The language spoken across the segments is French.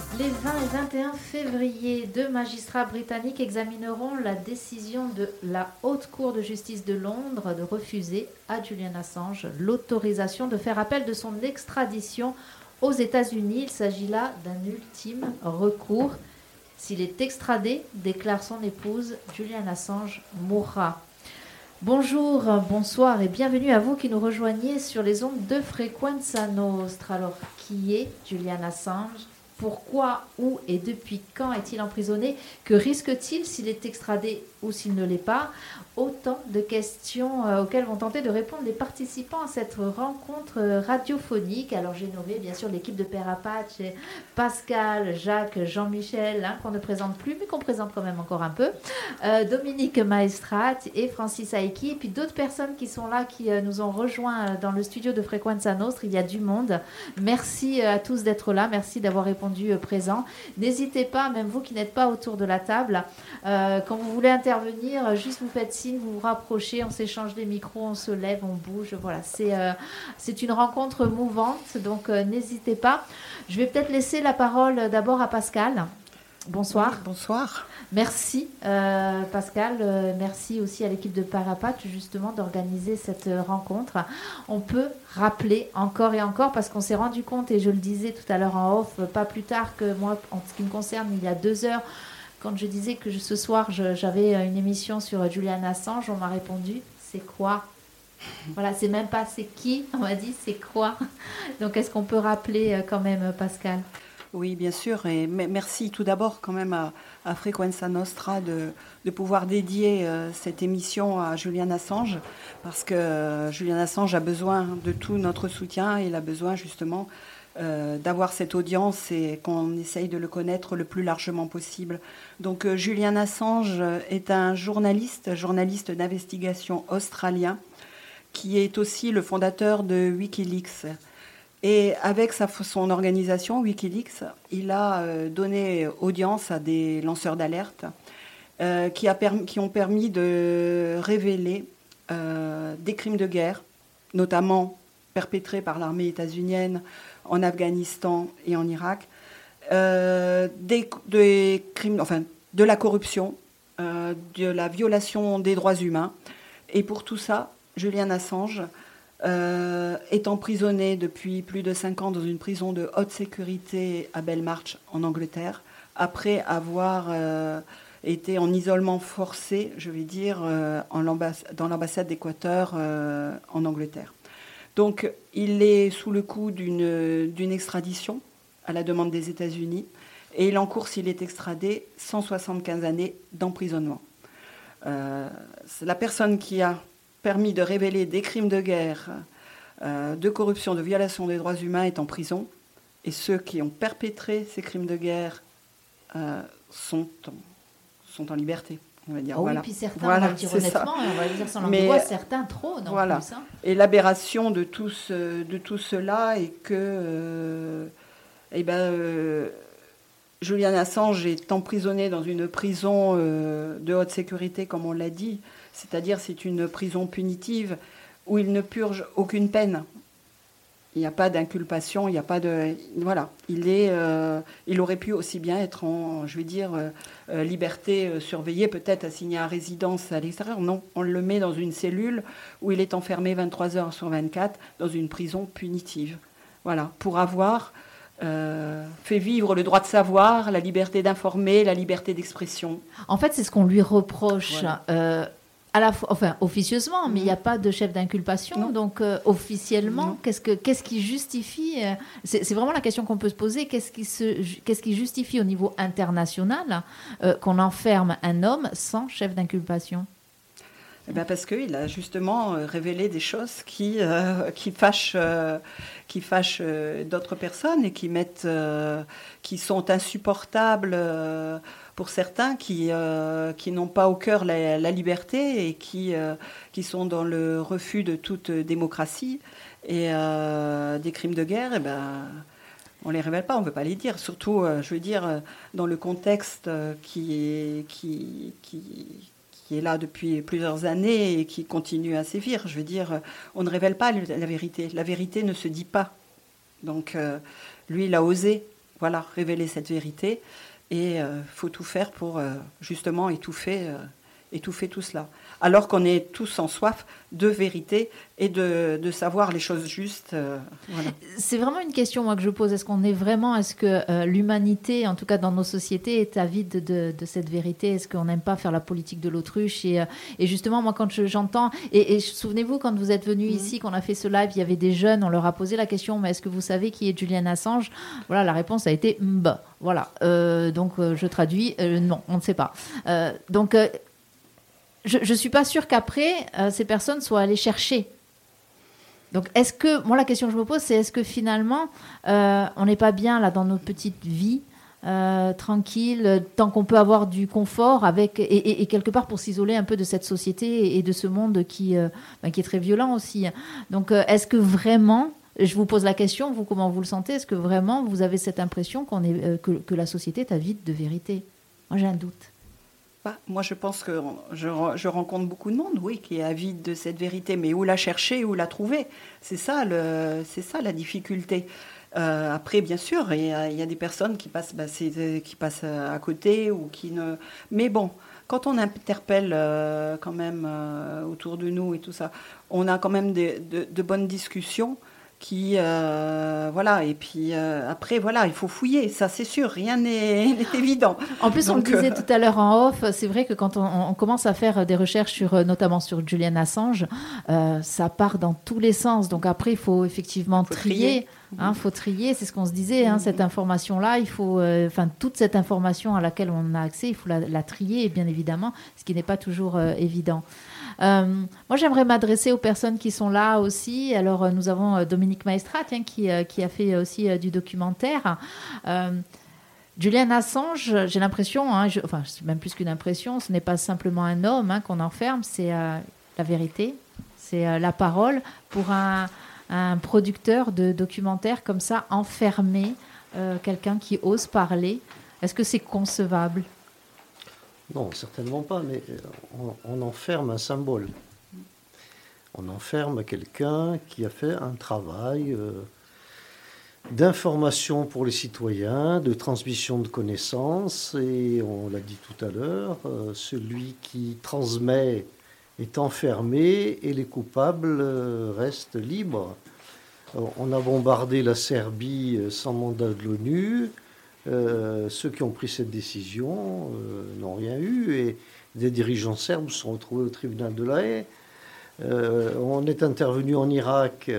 Les 20 et 21 février, deux magistrats britanniques examineront la décision de la Haute Cour de justice de Londres de refuser à Julian Assange l'autorisation de faire appel de son extradition aux États-Unis. Il s'agit là d'un ultime recours. S'il est extradé, déclare son épouse, Julian Assange mourra. Bonjour, bonsoir et bienvenue à vous qui nous rejoignez sur les ondes de Frequenza Nostra. Alors, qui est Julian Assange ? Pourquoi, où et depuis quand est-il emprisonné? Que risque-t-il s'il est extradé ou s'il ne l'est pas? Autant de questions auxquelles vont tenter de répondre les participants à cette rencontre radiophonique. Alors j'ai nommé bien sûr l'équipe de Père Apache, Pascal, Jacques, Jean-Michel, qu'on ne présente plus mais qu'on présente quand même encore un peu, Dominique Maestrat et Francis Aiki, et puis d'autres personnes qui sont là, qui nous ont rejoints dans le studio de Frequenza Nostra. Il y a du monde. Merci à tous d'être là, merci d'avoir répondu présent. N'hésitez pas, même vous qui n'êtes pas autour de la table, quand vous voulez intervenir, juste vous faites signe, vous vous rapprochez, on s'échange les micros, on se lève, on bouge. Voilà, c'est une rencontre mouvante, donc n'hésitez pas. Je vais peut-être laisser la parole d'abord à Pascal. Bonsoir. Oui, bonsoir. Merci Pascal, merci aussi à l'équipe de Parapat justement d'organiser cette rencontre. On peut rappeler encore et encore, parce qu'on s'est rendu compte, et je le disais tout à l'heure en off, pas plus tard que moi, en ce qui me concerne, il y a 2 heures, quand je disais que ce soir j'avais une émission sur Julian Assange, on m'a répondu, c'est quoi? Voilà, c'est même pas c'est qui, on m'a dit c'est quoi. Donc est-ce qu'on peut rappeler quand même, Pascal? Oui, bien sûr, et merci tout d'abord quand même à Frequenza Nostra de pouvoir dédier cette émission à Julian Assange, parce que Julian Assange a besoin de tout notre soutien, il a besoin justement d'avoir cette audience et qu'on essaye de le connaître le plus largement possible. Donc Julian Assange est un journaliste d'investigation australien, qui est aussi le fondateur de Wikileaks. Et avec son organisation, Wikileaks, il a donné audience à des lanceurs d'alerte qui ont permis de révéler des crimes de guerre, notamment perpétrés par l'armée états-unienne en Afghanistan et en Irak, des crimes, enfin, de la corruption, de la violation des droits humains. Et pour tout ça, Julian Assange est emprisonné depuis plus de 5 ans dans une prison de haute sécurité à Belmarsh, en Angleterre, après avoir été en isolement forcé, je vais dire, dans l'ambassade d'Équateur en Angleterre. Donc, il est sous le coup d'une extradition à la demande des États-Unis, et il encourt, s'il est extradé, 175 années d'emprisonnement. La personne qui a permis de révéler des crimes de guerre, de corruption, de violation des droits humains est en prison. Et ceux qui ont perpétré ces crimes de guerre sont en liberté, on va dire. Oh voilà. Oui, puis certains, voilà, on va le dire honnêtement, on va le dire sans langue de bois, certains trop, non voilà. plus. Et l'aberration de tout cela est que Julian Assange est emprisonné dans une prison de haute sécurité, comme on l'a dit. C'est-à-dire, c'est une prison punitive où il ne purge aucune peine. Il n'y a pas d'inculpation, il n'y a pas de... Voilà. Il aurait pu aussi bien être en, je vais dire, liberté surveillée, peut-être assigné à résidence à l'extérieur. Non, on le met dans une cellule où il est enfermé 23 heures sur 24 dans une prison punitive. Voilà, pour avoir fait vivre le droit de savoir, la liberté d'informer, la liberté d'expression. En fait, c'est ce qu'on lui reproche. Voilà. À la fois, enfin, officieusement, mais il n'y a pas de chef d'inculpation. Donc, officiellement, qu'est-ce qui justifie c'est vraiment la question qu'on peut se poser. Qu'est-ce qui justifie au niveau international qu'on enferme un homme sans chef d'inculpation? Parce qu'il a justement révélé des choses qui fâchent d'autres personnes et qui sont insupportables pour certains qui n'ont pas au cœur la liberté et qui sont dans le refus de toute démocratie. Et des crimes de guerre, on ne les révèle pas, on ne veut pas les dire. Surtout, je veux dire, dans le contexte qui est là depuis plusieurs années et qui continue à sévir. Je veux dire, on ne révèle pas la vérité. La vérité ne se dit pas. Donc, lui, il a osé voilà, révéler cette vérité. Et faut tout faire pour justement étouffer tout cela. Alors qu'on est tous en soif de vérité et de savoir les choses justes. Voilà. C'est vraiment une question moi, que je pose. Est-ce que l'humanité, en tout cas dans nos sociétés, est avide de cette vérité? Est-ce qu'on n'aime pas faire la politique de l'autruche? Et justement, moi, quand j'entends... Et souvenez-vous, quand vous êtes venus ici, qu'on a fait ce live, il y avait des jeunes, on leur a posé la question, mais est-ce que vous savez qui est Julian Assange? Voilà, la réponse a été « bah ». Voilà. Donc, je traduis, non, on ne sait pas. Je ne suis pas sûre qu'après, ces personnes soient allées chercher. Donc, moi, la question que je me pose, c'est est-ce que finalement, on n'est pas bien là dans notre petite vie, tranquille, tant qu'on peut avoir du confort et quelque part pour s'isoler un peu de cette société et de ce monde qui est très violent aussi. Donc, est-ce que vraiment, je vous pose la question, vous, comment vous le sentez? Est-ce que vraiment vous avez cette impression que la société est avide de vérité? Moi, j'ai un doute. Moi, je pense que je rencontre beaucoup de monde, oui, qui est avide de cette vérité, mais où la chercher, où la trouver, c'est ça la difficulté. Après, bien sûr, il y a des personnes qui passent à côté ou qui ne. Mais bon, quand on interpelle quand même autour de nous et tout ça, on a quand même de bonnes discussions. Voilà, et puis après voilà, il faut fouiller, ça c'est sûr, rien n'est évident. En plus, on le disait tout à l'heure en off, c'est vrai que quand on commence à faire des recherches notamment sur Julian Assange, ça part dans tous les sens. Donc après, il faut effectivement trier. Faut trier, c'est ce qu'on se disait, cette information-là, il faut, toute cette information à laquelle on a accès, il faut la trier, bien évidemment, ce qui n'est pas toujours évident. Moi, j'aimerais m'adresser aux personnes qui sont là aussi. Alors, nous avons Dominique Maestrat qui a fait aussi du documentaire. Julian Assange, j'ai l'impression, c'est même plus qu'une impression, ce n'est pas simplement un homme qu'on enferme, c'est la vérité, c'est la parole. Pour un producteur de documentaire comme ça, enfermer quelqu'un qui ose parler, est-ce que c'est concevable ? Non, certainement pas, mais on enferme un symbole. On enferme quelqu'un qui a fait un travail d'information pour les citoyens, de transmission de connaissances, et on l'a dit tout à l'heure, celui qui transmet est enfermé et les coupables restent libres. On a bombardé la Serbie sans mandat de l'ONU. Ceux qui ont pris cette décision n'ont rien eu et des dirigeants serbes se sont retrouvés au tribunal de La Haye. On est intervenu en Irak.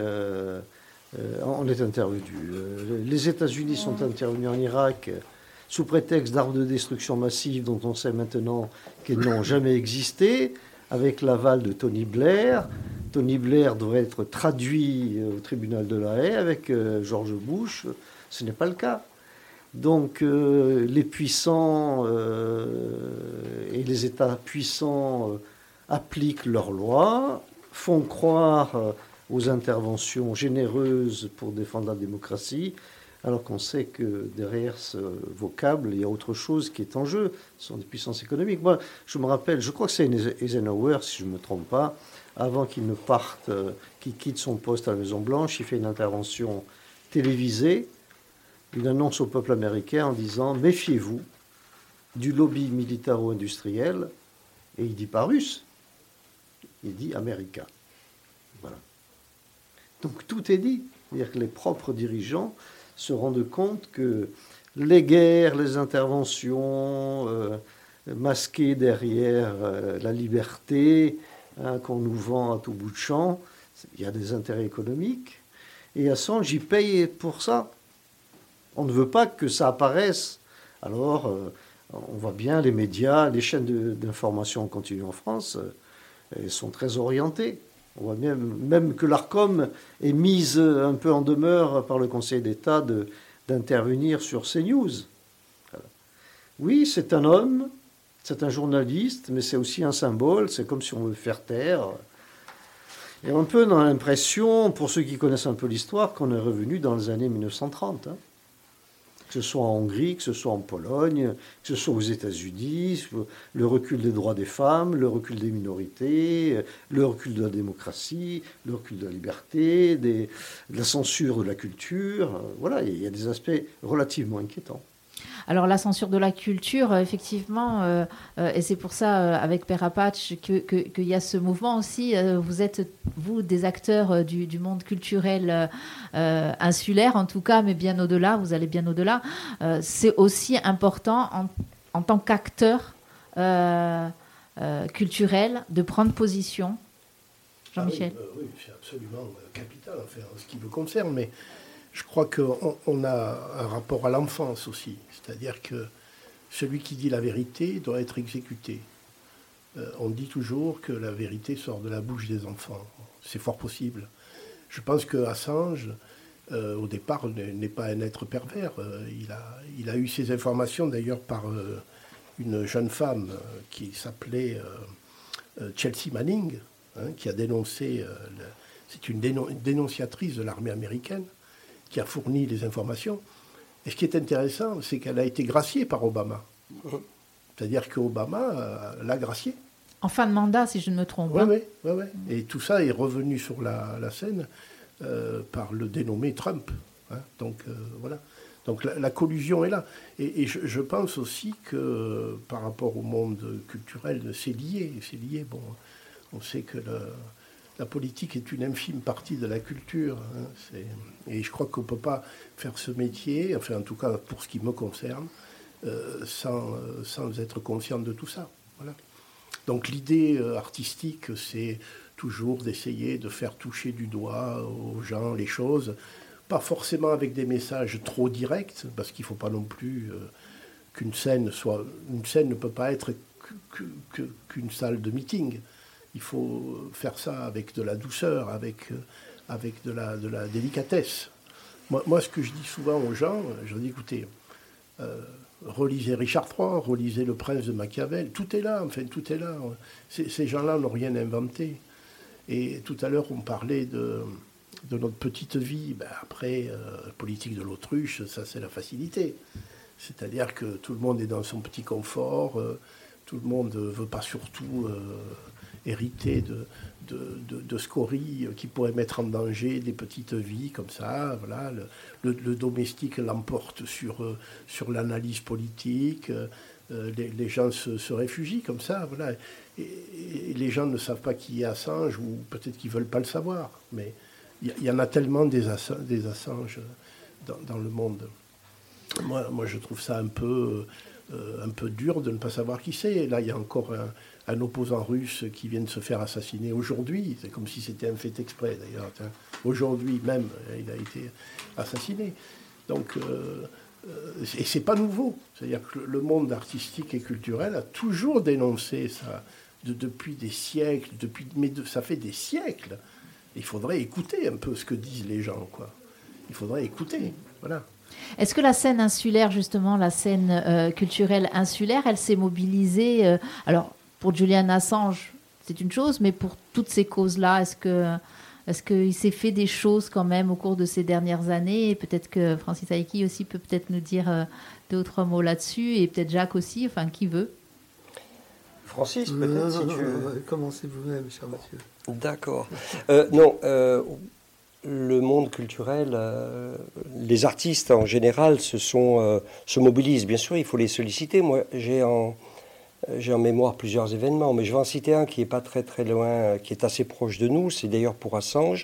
Les États-Unis sont intervenus en Irak sous prétexte d'armes de destruction massive dont on sait maintenant qu'elles n'ont jamais existé, avec l'aval de Tony Blair. Tony Blair devrait être traduit au tribunal de La Haye avec George Bush. Ce n'est pas le cas. Donc les puissants et les États puissants appliquent leurs lois, font croire aux interventions généreuses pour défendre la démocratie, alors qu'on sait que derrière ce vocable, il y a autre chose qui est en jeu. Ce sont des puissances économiques. Moi, je me rappelle, je crois que c'est Eisenhower, si je ne me trompe pas, avant qu'il ne parte, qu'il quitte son poste à la Maison-Blanche, il fait une intervention télévisée, une annonce au peuple américain en disant « Méfiez-vous du lobby militaro-industriel », et il dit pas russe, il dit américain. Voilà. Donc tout est dit. C'est-à-dire que les propres dirigeants se rendent compte que les guerres, les interventions masquées derrière la liberté qu'on nous vend à tout bout de champ, il y a des intérêts économiques. Et Assange, il paye pour ça. On ne veut pas que ça apparaisse. Alors, on voit bien les médias, les chaînes d'information continue en France, elles sont très orientées. On voit bien même que l'ARCOM est mise un peu en demeure par le Conseil d'État d'intervenir sur CNews. Voilà. Oui, c'est un homme, c'est un journaliste, mais c'est aussi un symbole, c'est comme si on veut faire taire. Et un peu dans l'impression, pour ceux qui connaissent un peu l'histoire, qu'on est revenu dans les années 1930. que ce soit en Hongrie, que ce soit en Pologne, que ce soit aux États-Unis, le recul des droits des femmes, le recul des minorités, le recul de la démocratie, le recul de la liberté, de la censure de la culture. Voilà, il y a des aspects relativement inquiétants. Alors la censure de la culture, effectivement, et c'est pour ça, avec Père Apache, qu'il y a ce mouvement aussi. Vous êtes, vous, des acteurs du monde culturel insulaire, en tout cas, mais bien au-delà, vous allez bien au-delà. C'est aussi important, en tant qu'acteur culturel, de prendre position. Jean-Michel. Oui, c'est absolument capital, enfin, en ce qui me concerne, mais je crois qu'on a un rapport à l'enfance aussi. C'est-à-dire que celui qui dit la vérité doit être exécuté. On dit toujours que la vérité sort de la bouche des enfants. C'est fort possible. Je pense que Assange, au départ, n'est pas un être pervers. Il a eu ces informations d'ailleurs par une jeune femme qui s'appelait Chelsea Manning, qui a dénoncé... c'est une dénonciatrice de l'armée américaine qui a fourni les informations. Et ce qui est intéressant, c'est qu'elle a été graciée par Obama. C'est-à-dire qu'Obama l'a graciée. En fin de mandat, si je ne me trompe. Oui. Et tout ça est revenu sur la scène par le dénommé Trump. Donc, voilà. Donc, la collusion est là. Et je pense aussi que, par rapport au monde culturel, c'est lié. Bon, on sait que la politique est une infime partie de la culture. Et je crois qu'on ne peut pas faire ce métier, enfin en tout cas pour ce qui me concerne, sans être conscient de tout ça. Voilà. Donc l'idée artistique, c'est toujours d'essayer de faire toucher du doigt aux gens les choses, pas forcément avec des messages trop directs, parce qu'il ne faut pas non plus qu'une scène soit... Une scène ne peut pas être qu'une salle de meeting. Il faut faire ça avec de la douceur, avec de la délicatesse. Moi, ce que je dis souvent aux gens, je dis, écoutez, relisez Richard III, relisez Le Prince de Machiavel, tout est là, enfin, tout est là. Ces gens-là n'ont rien inventé. Et tout à l'heure, on parlait de notre petite vie. Après, politique de l'autruche, ça, c'est la facilité. C'est-à-dire que tout le monde est dans son petit confort, tout le monde ne veut pas surtout... hérité de scories qui pourraient mettre en danger des petites vies comme ça. Voilà. Le domestique l'emporte sur l'analyse politique. Les gens se réfugient comme ça. Voilà. Et les gens ne savent pas qui est Assange, ou peut-être qu'ils ne veulent pas le savoir. Mais il y en a tellement des Assange dans le monde. Moi, je trouve ça un peu dur de ne pas savoir qui c'est. Là, il y a encore un opposant russe qui vient de se faire assassiner aujourd'hui. C'est comme si c'était un fait exprès, d'ailleurs. Aujourd'hui même, il a été assassiné. Donc, et c'est pas nouveau. C'est-à-dire que le monde artistique et culturel a toujours dénoncé ça depuis des siècles. Ça fait des siècles. Il faudrait écouter un peu ce que disent les gens, quoi. Il faudrait écouter, voilà. Est-ce que la scène insulaire, justement, la scène culturelle insulaire, elle s'est mobilisée alors, pour Julian Assange, c'est une chose, mais pour toutes ces causes-là, est-ce qu'il s'est fait des choses quand même au cours de ces dernières années? Et peut-être que Francis Aïki aussi peut peut-être nous dire deux ou trois mots là-dessus, et peut-être Jacques aussi, enfin, qui veut? Francis, peut-être, si tu veux. Commencez vous-même, cher Mathieu. D'accord. Non, le monde culturel, les artistes en général se mobilisent. Bien sûr, il faut les solliciter. Moi, j'ai en mémoire plusieurs événements, mais je vais en citer un qui n'est pas très très loin, qui est assez proche de nous. C'est d'ailleurs pour Assange.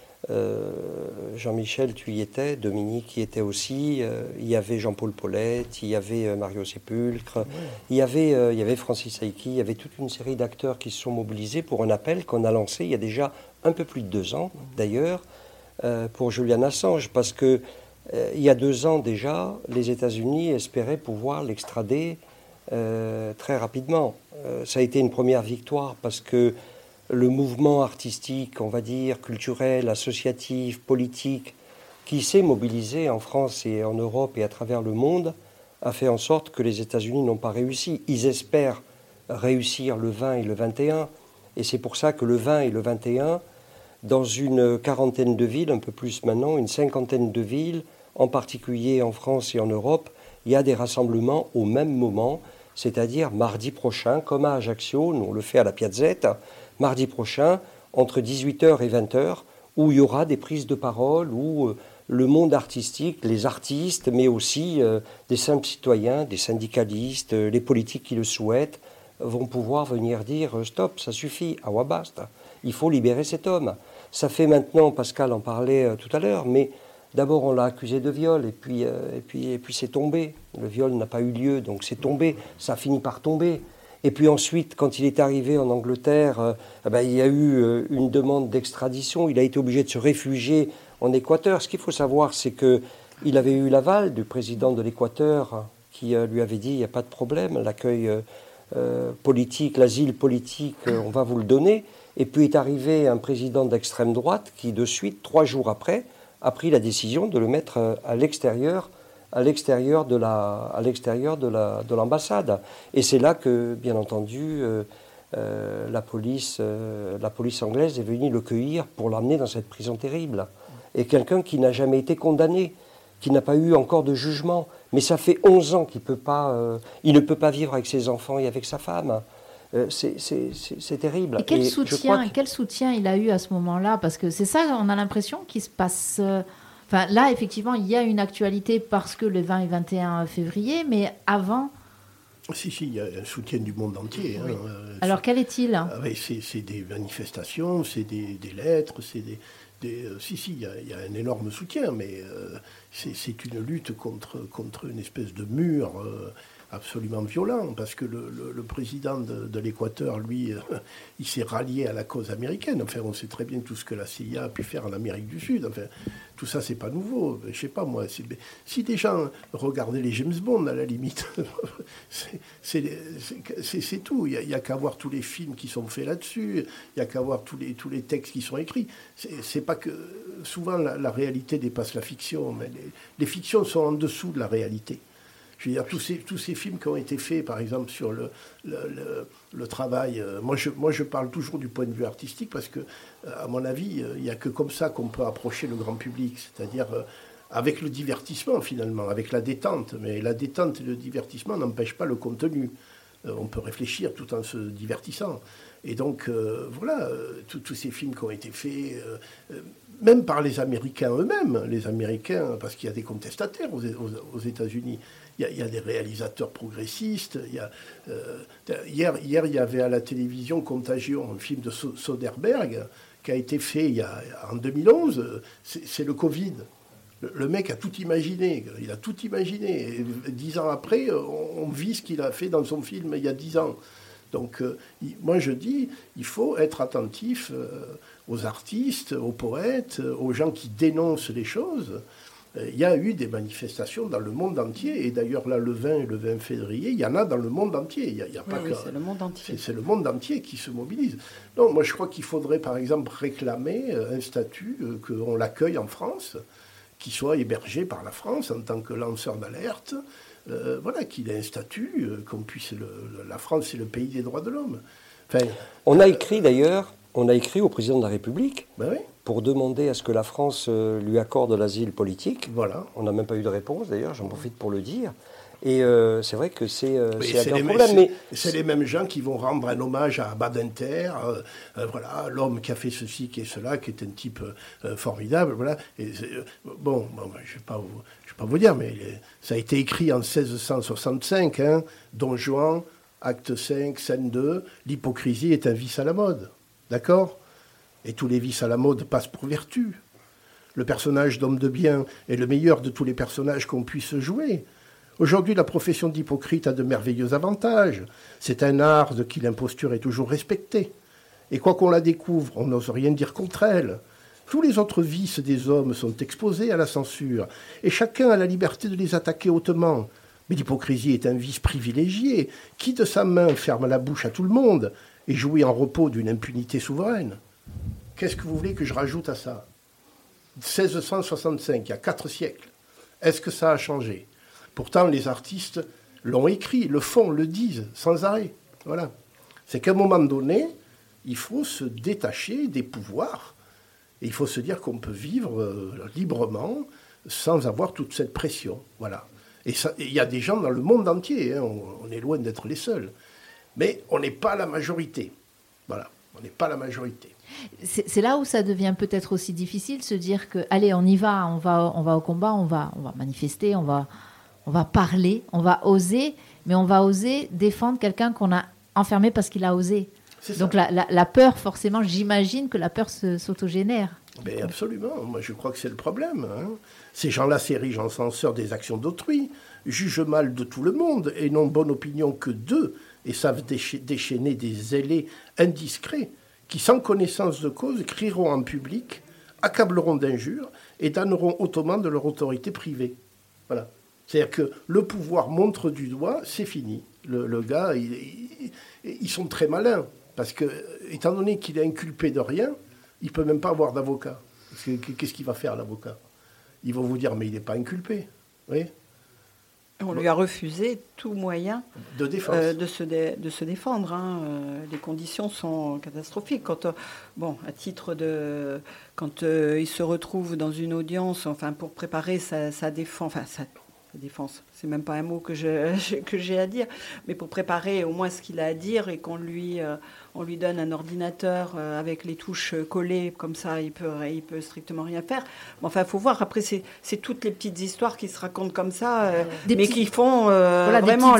Jean-Michel, tu y étais, Dominique y était aussi. Il y avait Jean-Paul Paulette, il y avait Mario Sepulcre, il y avait Francis Aïki, il y avait toute une série d'acteurs qui se sont mobilisés pour un appel qu'on a lancé il y a déjà un peu plus de 2 ans, d'ailleurs, pour Julian Assange, parce que il y a 2 ans déjà, les États-Unis espéraient pouvoir l'extrader très rapidement. Ça a été une première victoire parce que le mouvement artistique, on va dire, culturel, associatif, politique, qui s'est mobilisé en France et en Europe et à travers le monde, a fait en sorte que les États-Unis n'ont pas réussi. Ils espèrent réussir le 20 et le 21, et c'est pour ça que le 20 et le 21, dans une 40aine de villes, un peu plus maintenant, une 50aine de villes, en particulier en France et en Europe, il y a des rassemblements au même moment, c'est-à-dire mardi prochain, comme à Ajaccio, nous on le fait à la Piazzetta, mardi prochain, entre 18h et 20h, où il y aura des prises de parole, où le monde artistique, les artistes, mais aussi des simples citoyens, des syndicalistes, les politiques qui le souhaitent, vont pouvoir venir dire « stop, ça suffit, awa basta, il faut libérer cet homme ». Ça fait maintenant, Pascal en parlait tout à l'heure, mais d'abord on l'a accusé de viol, et puis c'est tombé. Le viol n'a pas eu lieu, donc c'est tombé, ça a fini par tomber. Et puis ensuite, quand il est arrivé en Angleterre, il y a eu une demande d'extradition, il a été obligé de se réfugier en Équateur. Ce qu'il faut savoir, c'est qu'il avait eu l'aval du président de l'Équateur qui lui avait dit « il n'y a pas de problème, l'accueil politique, l'asile politique, on va vous le donner ». Et puis est arrivé un président d'extrême droite qui, de suite, 3 jours après, a pris la décision de le mettre à l'extérieur de l'ambassade. Et c'est là que, bien entendu, la police anglaise est venue le cueillir pour l'emmener dans cette prison terrible. Et quelqu'un qui n'a jamais été condamné, qui n'a pas eu encore de jugement. Mais ça fait 11 ans qu'il il ne peut pas vivre avec ses enfants et avec sa femme. C'est terrible. Et quel soutien il a eu à ce moment-là? Parce que c'est ça, on a l'impression qu'il se passe... Enfin, là, effectivement, il y a une actualité parce que le 20 et 21 février, mais avant... Si, il y a un soutien du monde entier. Oui. Alors, quel est-il? C'est des manifestations, c'est des lettres, c'est il y a un énorme soutien, mais c'est une lutte contre une espèce de mur absolument violent, parce que le président de l'Équateur, lui, il s'est rallié à la cause américaine. Enfin, on sait très bien tout ce que la CIA a pu faire en Amérique du Sud. Enfin, tout ça, c'est pas nouveau. Je sais pas, moi, si des gens regardaient les James Bond, à la limite, c'est tout. Il y a qu'à voir tous les films qui sont faits là-dessus, il y a qu'à voir tous les textes qui sont écrits. C'est pas que... Souvent, la réalité dépasse la fiction, mais les fictions sont en dessous de la réalité. Je veux dire, tous ces films qui ont été faits, par exemple, sur le travail... Moi, je parle toujours du point de vue artistique, parce que, à mon avis, il n'y a que comme ça qu'on peut approcher le grand public, c'est-à-dire avec le divertissement, finalement, avec la détente. Mais la détente et le divertissement n'empêchent pas le contenu. On peut réfléchir tout en se divertissant. Et donc, voilà, tous ces films qui ont été faits... même par les Américains eux-mêmes, parce qu'il y a des contestataires aux États-Unis. Il y a des réalisateurs progressistes. Hier, il y avait à la télévision Contagion, un film de Soderbergh qui a été fait en 2011. C'est le Covid. Le mec a tout imaginé. Il a tout imaginé. Et 10 ans après, on vit ce qu'il a fait dans son film il y a 10 ans. Donc, moi, je dis, il faut être attentif aux artistes, aux poètes, aux gens qui dénoncent les choses. Il y a eu des manifestations dans le monde entier, et d'ailleurs là, le 20 et le 20 février, il y en a dans le monde entier. Il y a pas que... c'est le monde entier. C'est le monde entier qui se mobilise. Donc, moi, je crois qu'il faudrait, par exemple, réclamer un statut, qu'on l'accueille en France, qui soit hébergé par la France en tant que lanceur d'alerte. Voilà, qu'il ait un statut, qu'on puisse... La France, c'est le pays des droits de l'homme. Enfin, on a écrit d'ailleurs, au président de la République, oui, pour demander à ce que la France lui accorde l'asile politique. Voilà. On n'a même pas eu de réponse d'ailleurs, j'en profite pour le dire. Et c'est vrai que c'est un problème. C'est les mêmes gens qui vont rendre un hommage à Badinter, voilà, l'homme qui a fait ceci, qui est cela, qui est un type formidable. Voilà. Et bon, je ne vais pas vous dire, mais ça a été écrit en 1665, hein, Don Juan, acte 5, scène 2, l'hypocrisie est un vice à la mode. D'accord ? Et tous les vices à la mode passent pour vertu. Le personnage d'homme de bien est le meilleur de tous les personnages qu'on puisse jouer. Aujourd'hui, la profession d'hypocrite a de merveilleux avantages. C'est un art de qui l'imposture est toujours respectée. Et quoi qu'on la découvre, on n'ose rien dire contre elle. Tous les autres vices des hommes sont exposés à la censure, et chacun a la liberté de les attaquer hautement. Mais l'hypocrisie est un vice privilégié, qui de sa main ferme la bouche à tout le monde, et jouit en repos d'une impunité souveraine. Qu'est-ce que vous voulez que je rajoute à ça ? 1665, il y a 4 siècles. Est-ce que ça a changé ? Pourtant, les artistes l'ont écrit, le font, le disent, sans arrêt. Voilà. C'est qu'à un moment donné, il faut se détacher des pouvoirs. Et il faut se dire qu'on peut vivre librement, sans avoir toute cette pression. Voilà. Et il y a des gens dans le monde entier, hein, on est loin d'être les seuls. Mais on n'est pas la majorité. Voilà, on n'est pas la majorité. C'est là où ça devient peut-être aussi difficile, se dire que, allez, on y va, on va au combat, on va manifester, on va parler, on va oser, mais on va oser défendre quelqu'un qu'on a enfermé parce qu'il a osé. Donc la peur, forcément, j'imagine que la peur s'autogénère. Mais absolument, moi je crois que c'est le problème. Hein. Ces gens-là s'érigent en censeurs des actions d'autrui, jugent mal de tout le monde et n'ont bonne opinion que d'eux et savent déchaîner des zélés indiscrets qui, sans connaissance de cause, crieront en public, accableront d'injures et donneront autrement de leur autorité privée. Voilà. C'est-à-dire que le pouvoir montre du doigt, c'est fini. Le gars, ils sont très malins. Parce que, étant donné qu'il est inculpé de rien, il ne peut même pas avoir d'avocat. Qu'est-ce qu'il va faire, l'avocat? Ils vont vous dire, mais il n'est pas inculpé. Oui. On lui a refusé tout moyen de défense. De se défendre. Hein. Les conditions sont catastrophiques. Quand il se retrouve dans une audience, enfin, pour préparer sa défense, défense, c'est même pas un mot que j'ai à dire, mais pour préparer au moins ce qu'il a à dire et qu'on lui donne un ordinateur avec les touches collées, comme ça il peut strictement rien faire. Mais enfin, il faut voir, après c'est toutes les petites histoires qui se racontent comme ça, mais qui font vraiment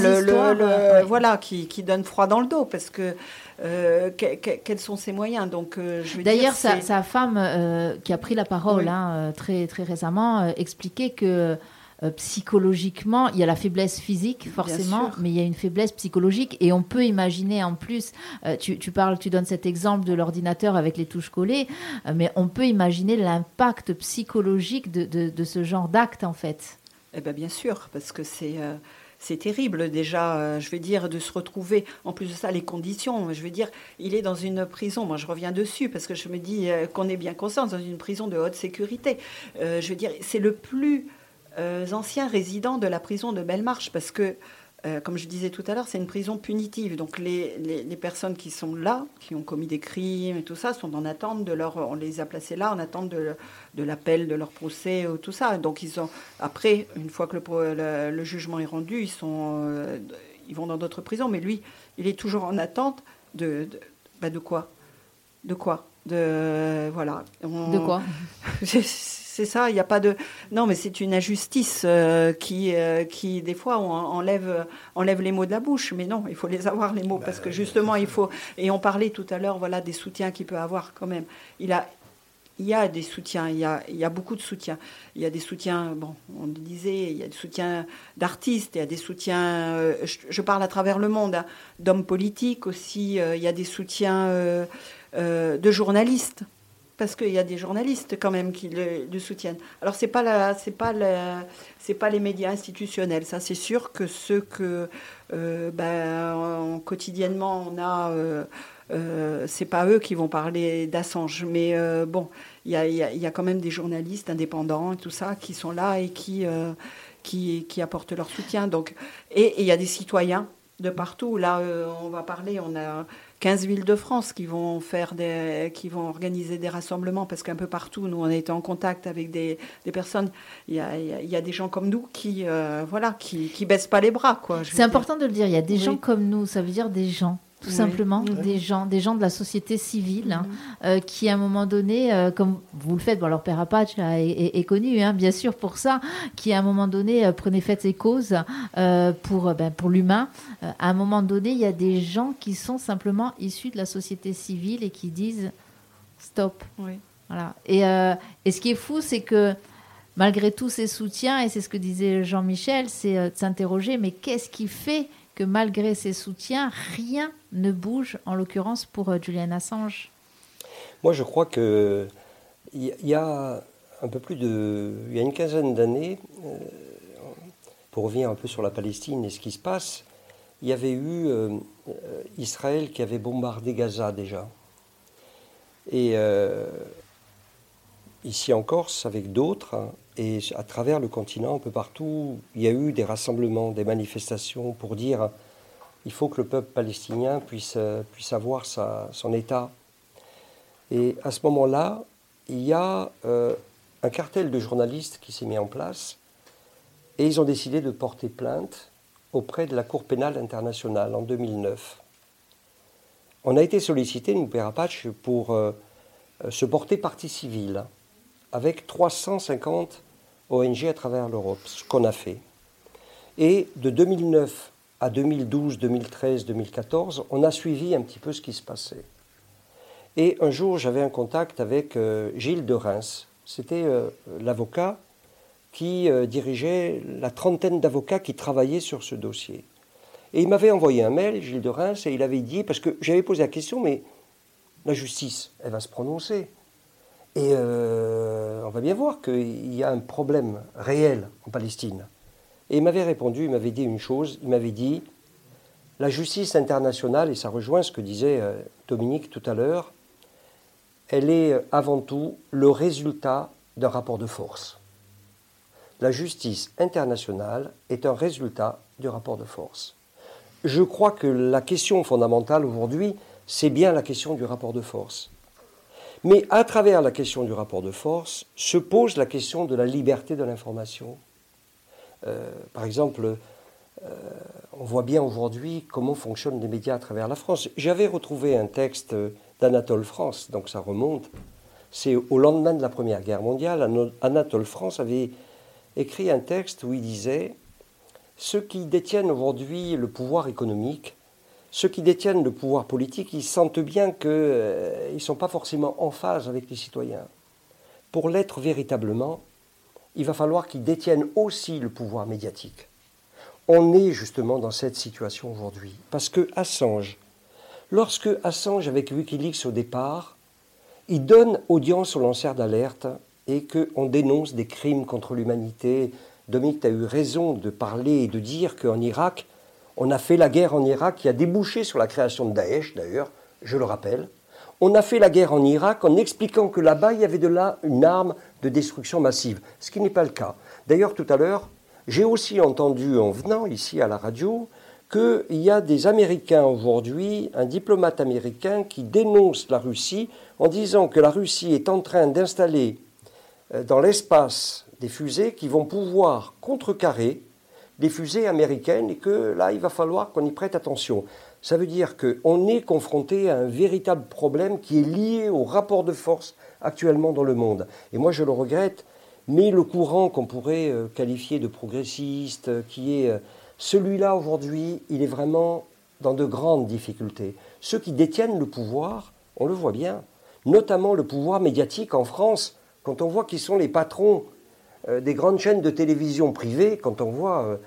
qui donnent froid dans le dos, parce que quels sont ses moyens. Donc, d'ailleurs, sa femme qui a pris la parole très, très récemment expliquait que psychologiquement, il y a la faiblesse physique forcément, mais il y a une faiblesse psychologique et on peut imaginer en plus, tu donnes cet exemple de l'ordinateur avec les touches collées, mais on peut imaginer l'impact psychologique de ce genre d'acte en fait. Eh bien sûr, parce que c'est terrible déjà, je vais dire, de se retrouver, en plus de ça, les conditions, je vais dire, il est dans une prison, moi je reviens dessus, parce que je me dis qu'on est bien conscient, dans une prison de haute sécurité, je veux dire, c'est le plus anciens résidents de la prison de Belmarsh, parce que, comme je disais tout à l'heure, c'est une prison punitive. Donc les personnes qui sont là, qui ont commis des crimes et tout ça, sont en attente on les a placés là en attente de l'appel de leur procès, tout ça. Donc après, une fois que le jugement est rendu, ils vont dans d'autres prisons. Mais lui, il est toujours en attente de quoi? De quoi? Voilà. De quoi? C'est ça, il n'y a pas de... Non, mais c'est une injustice qui, des fois, enlève les mots de la bouche. Mais non, il faut les avoir, les mots, parce que justement, il faut... Et on parlait tout à l'heure, voilà, des soutiens qu'il peut avoir quand même. Il y a des soutiens, il y a beaucoup de soutiens. Il y a des soutiens, on le disait, il y a des soutiens d'artistes, il y a des soutiens, je parle à travers le monde, hein, d'hommes politiques aussi, il y a des soutiens de journalistes. Parce qu'il y a des journalistes quand même qui le soutiennent. Alors c'est pas les médias institutionnels, ça c'est sûr que ceux que quotidiennement on a, c'est pas eux qui vont parler d'Assange, mais il y a quand même des journalistes indépendants et tout ça qui sont là et qui apportent leur soutien. Donc et il y a des citoyens de partout. Là, on va parler, on a 15 villes de France qui vont organiser des rassemblements, parce qu'un peu partout, nous, on a été en contact avec des personnes. Il y a des gens comme nous qui baissent pas les bras, quoi. C'est important de le dire. Il y a des gens comme nous. Ça veut dire des gens. Tout simplement, des gens de la société civile qui, à un moment donné, comme vous le faites, alors Père Apache est connu, hein, bien sûr, pour ça, qui, à un moment donné, prenait fait ses causes pour l'humain. À un moment donné, il y a des gens qui sont simplement issus de la société civile et qui disent « stop ». Voilà. Et ce qui est fou, c'est que malgré tous ces soutiens, et c'est ce que disait Jean-Michel, c'est de s'interroger, mais qu'est-ce qui fait que malgré ces soutiens, rien ne bouge, en l'occurrence pour Julian Assange? Moi, je crois qu'il y a il y a une quinzaine d'années, pour revenir un peu sur la Palestine et ce qui se passe, il y avait eu Israël qui avait bombardé Gaza déjà. Et ici en Corse, avec d'autres, hein, et à travers le continent, un peu partout, il y a eu des rassemblements, des manifestations pour dire il faut que le peuple palestinien puisse avoir son État. Et à ce moment-là, il y a un cartel de journalistes qui s'est mis en place et ils ont décidé de porter plainte auprès de la Cour pénale internationale en 2009. On a été sollicité, nous, Père Apache, pour se porter partie civile avec 350 ONG à travers l'Europe, ce qu'on a fait. Et de 2009 à 2012, 2013, 2014, on a suivi un petit peu ce qui se passait. Et un jour, j'avais un contact avec Gilles de Reims. C'était l'avocat qui dirigeait la trentaine d'avocats qui travaillaient sur ce dossier. Et il m'avait envoyé un mail, Gilles de Reims, et il avait dit, parce que j'avais posé la question, mais la justice, elle va se prononcer. Et on va bien voir qu'il y a un problème réel en Palestine. Et il m'avait répondu, il m'avait dit une chose, il m'avait dit, la justice internationale, et ça rejoint ce que disait Dominique tout à l'heure, elle est avant tout le résultat d'un rapport de force. La justice internationale est un résultat du rapport de force. Je crois que la question fondamentale aujourd'hui, c'est bien la question du rapport de force. Mais à travers la question du rapport de force, se pose la question de la liberté de l'information. Par exemple, on voit bien aujourd'hui comment fonctionnent les médias à travers la France. J'avais retrouvé un texte d'Anatole France, donc ça remonte. C'est au lendemain de la Première Guerre mondiale, Anatole France avait écrit un texte où il disait « Ceux qui détiennent aujourd'hui le pouvoir économique, ceux qui détiennent le pouvoir politique, ils sentent bien qu'ils ne sont pas forcément en phase avec les citoyens. Pour l'être véritablement, il va falloir qu'ils détiennent aussi le pouvoir médiatique. » On est justement dans cette situation aujourd'hui. Parce que Assange, lorsque Assange, avec Wikileaks au départ, il donne audience aux lanceurs d'alerte et qu'on dénonce des crimes contre l'humanité. Dominique, tu as eu raison de parler et de dire qu'en Irak, on a fait la guerre en Irak qui a débouché sur la création de Daesh, d'ailleurs, je le rappelle. On a fait la guerre en Irak en expliquant que là-bas, il y avait une arme de destruction massive, ce qui n'est pas le cas. D'ailleurs, tout à l'heure, j'ai aussi entendu, en venant ici à la radio, qu'il y a des Américains aujourd'hui, un diplomate américain qui dénonce la Russie en disant que la Russie est en train d'installer dans l'espace des fusées qui vont pouvoir contrecarrer des fusées américaines et que là, il va falloir qu'on y prête attention. Ça veut dire qu'on est confronté à un véritable problème qui est lié au rapport de force actuellement dans le monde. Et moi, je le regrette, mais le courant qu'on pourrait qualifier de progressiste, qui est celui-là aujourd'hui, il est vraiment dans de grandes difficultés. Ceux qui détiennent le pouvoir, on le voit bien, notamment le pouvoir médiatique en France, quand on voit qui sont les patrons des grandes chaînes de télévision privées, quand on voit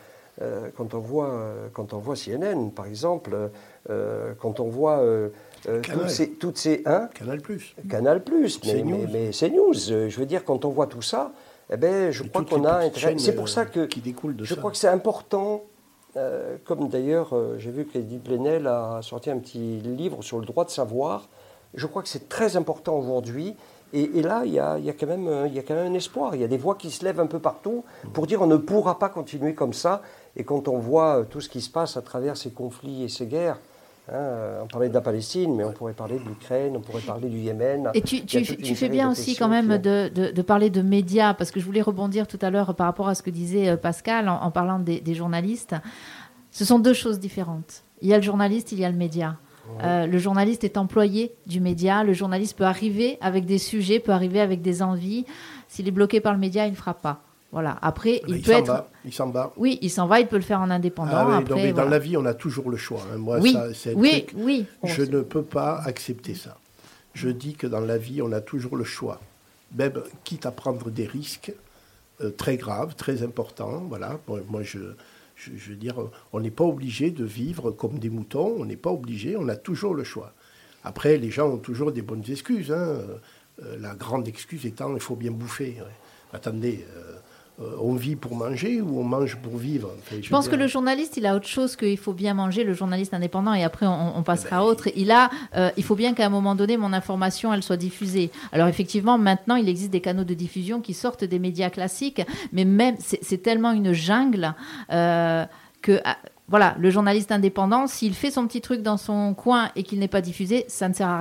CNN, par exemple, quand on voit toutes ces Canal+, mais c'est News. Je veux dire, quand on voit tout ça, eh ben, je crois qu'on a intérêt. C'est pour ça que je crois que c'est important. Comme d'ailleurs, j'ai vu qu'Edith Plenel a sorti un petit livre sur le droit de savoir. Je crois que c'est très important aujourd'hui. Et là, il y a quand même un espoir. Il y a des voix qui se lèvent un peu partout pour dire on ne pourra pas continuer comme ça. Et quand on voit tout ce qui se passe à travers ces conflits et ces guerres, on parlait de la Palestine, mais on pourrait parler de l'Ukraine, on pourrait parler du Yémen. Et tu fais bien aussi quand même de parler de médias, parce que je voulais rebondir tout à l'heure par rapport à ce que disait Pascal en parlant des journalistes. Ce sont deux choses différentes. Il y a le journaliste, il y a le média. Le journaliste est employé du média. Le journaliste peut arriver avec des sujets, peut arriver avec des envies. S'il est bloqué par le média, il ne fera pas. Voilà. Après, il s'en bat. Oui, il s'en va, il peut le faire en indépendant. Oui, après, mais dans la vie, on a toujours le choix. Moi, ça, c'est un truc. Je ne peux pas accepter ça. Je dis que dans la vie, on a toujours le choix. Même quitte à prendre des risques très graves, très importants. Voilà. Moi, je veux dire, on n'est pas obligé de vivre comme des moutons, on n'est pas obligé, on a toujours le choix. Après, les gens ont toujours des bonnes excuses. La grande excuse étant, il faut bien bouffer. Attendez, on vit pour manger ou on mange pour vivre? Je pense que le journaliste, il a autre chose qu'il faut bien manger, le journaliste indépendant, et après on passera à autre. Il faut bien qu'à un moment donné, mon information, elle soit diffusée. Alors effectivement, maintenant, il existe des canaux de diffusion qui sortent des médias classiques, mais même, c'est tellement une jungle que... Voilà, le journaliste indépendant, s'il fait son petit truc dans son coin et qu'il n'est pas diffusé, ça ne sert à rien.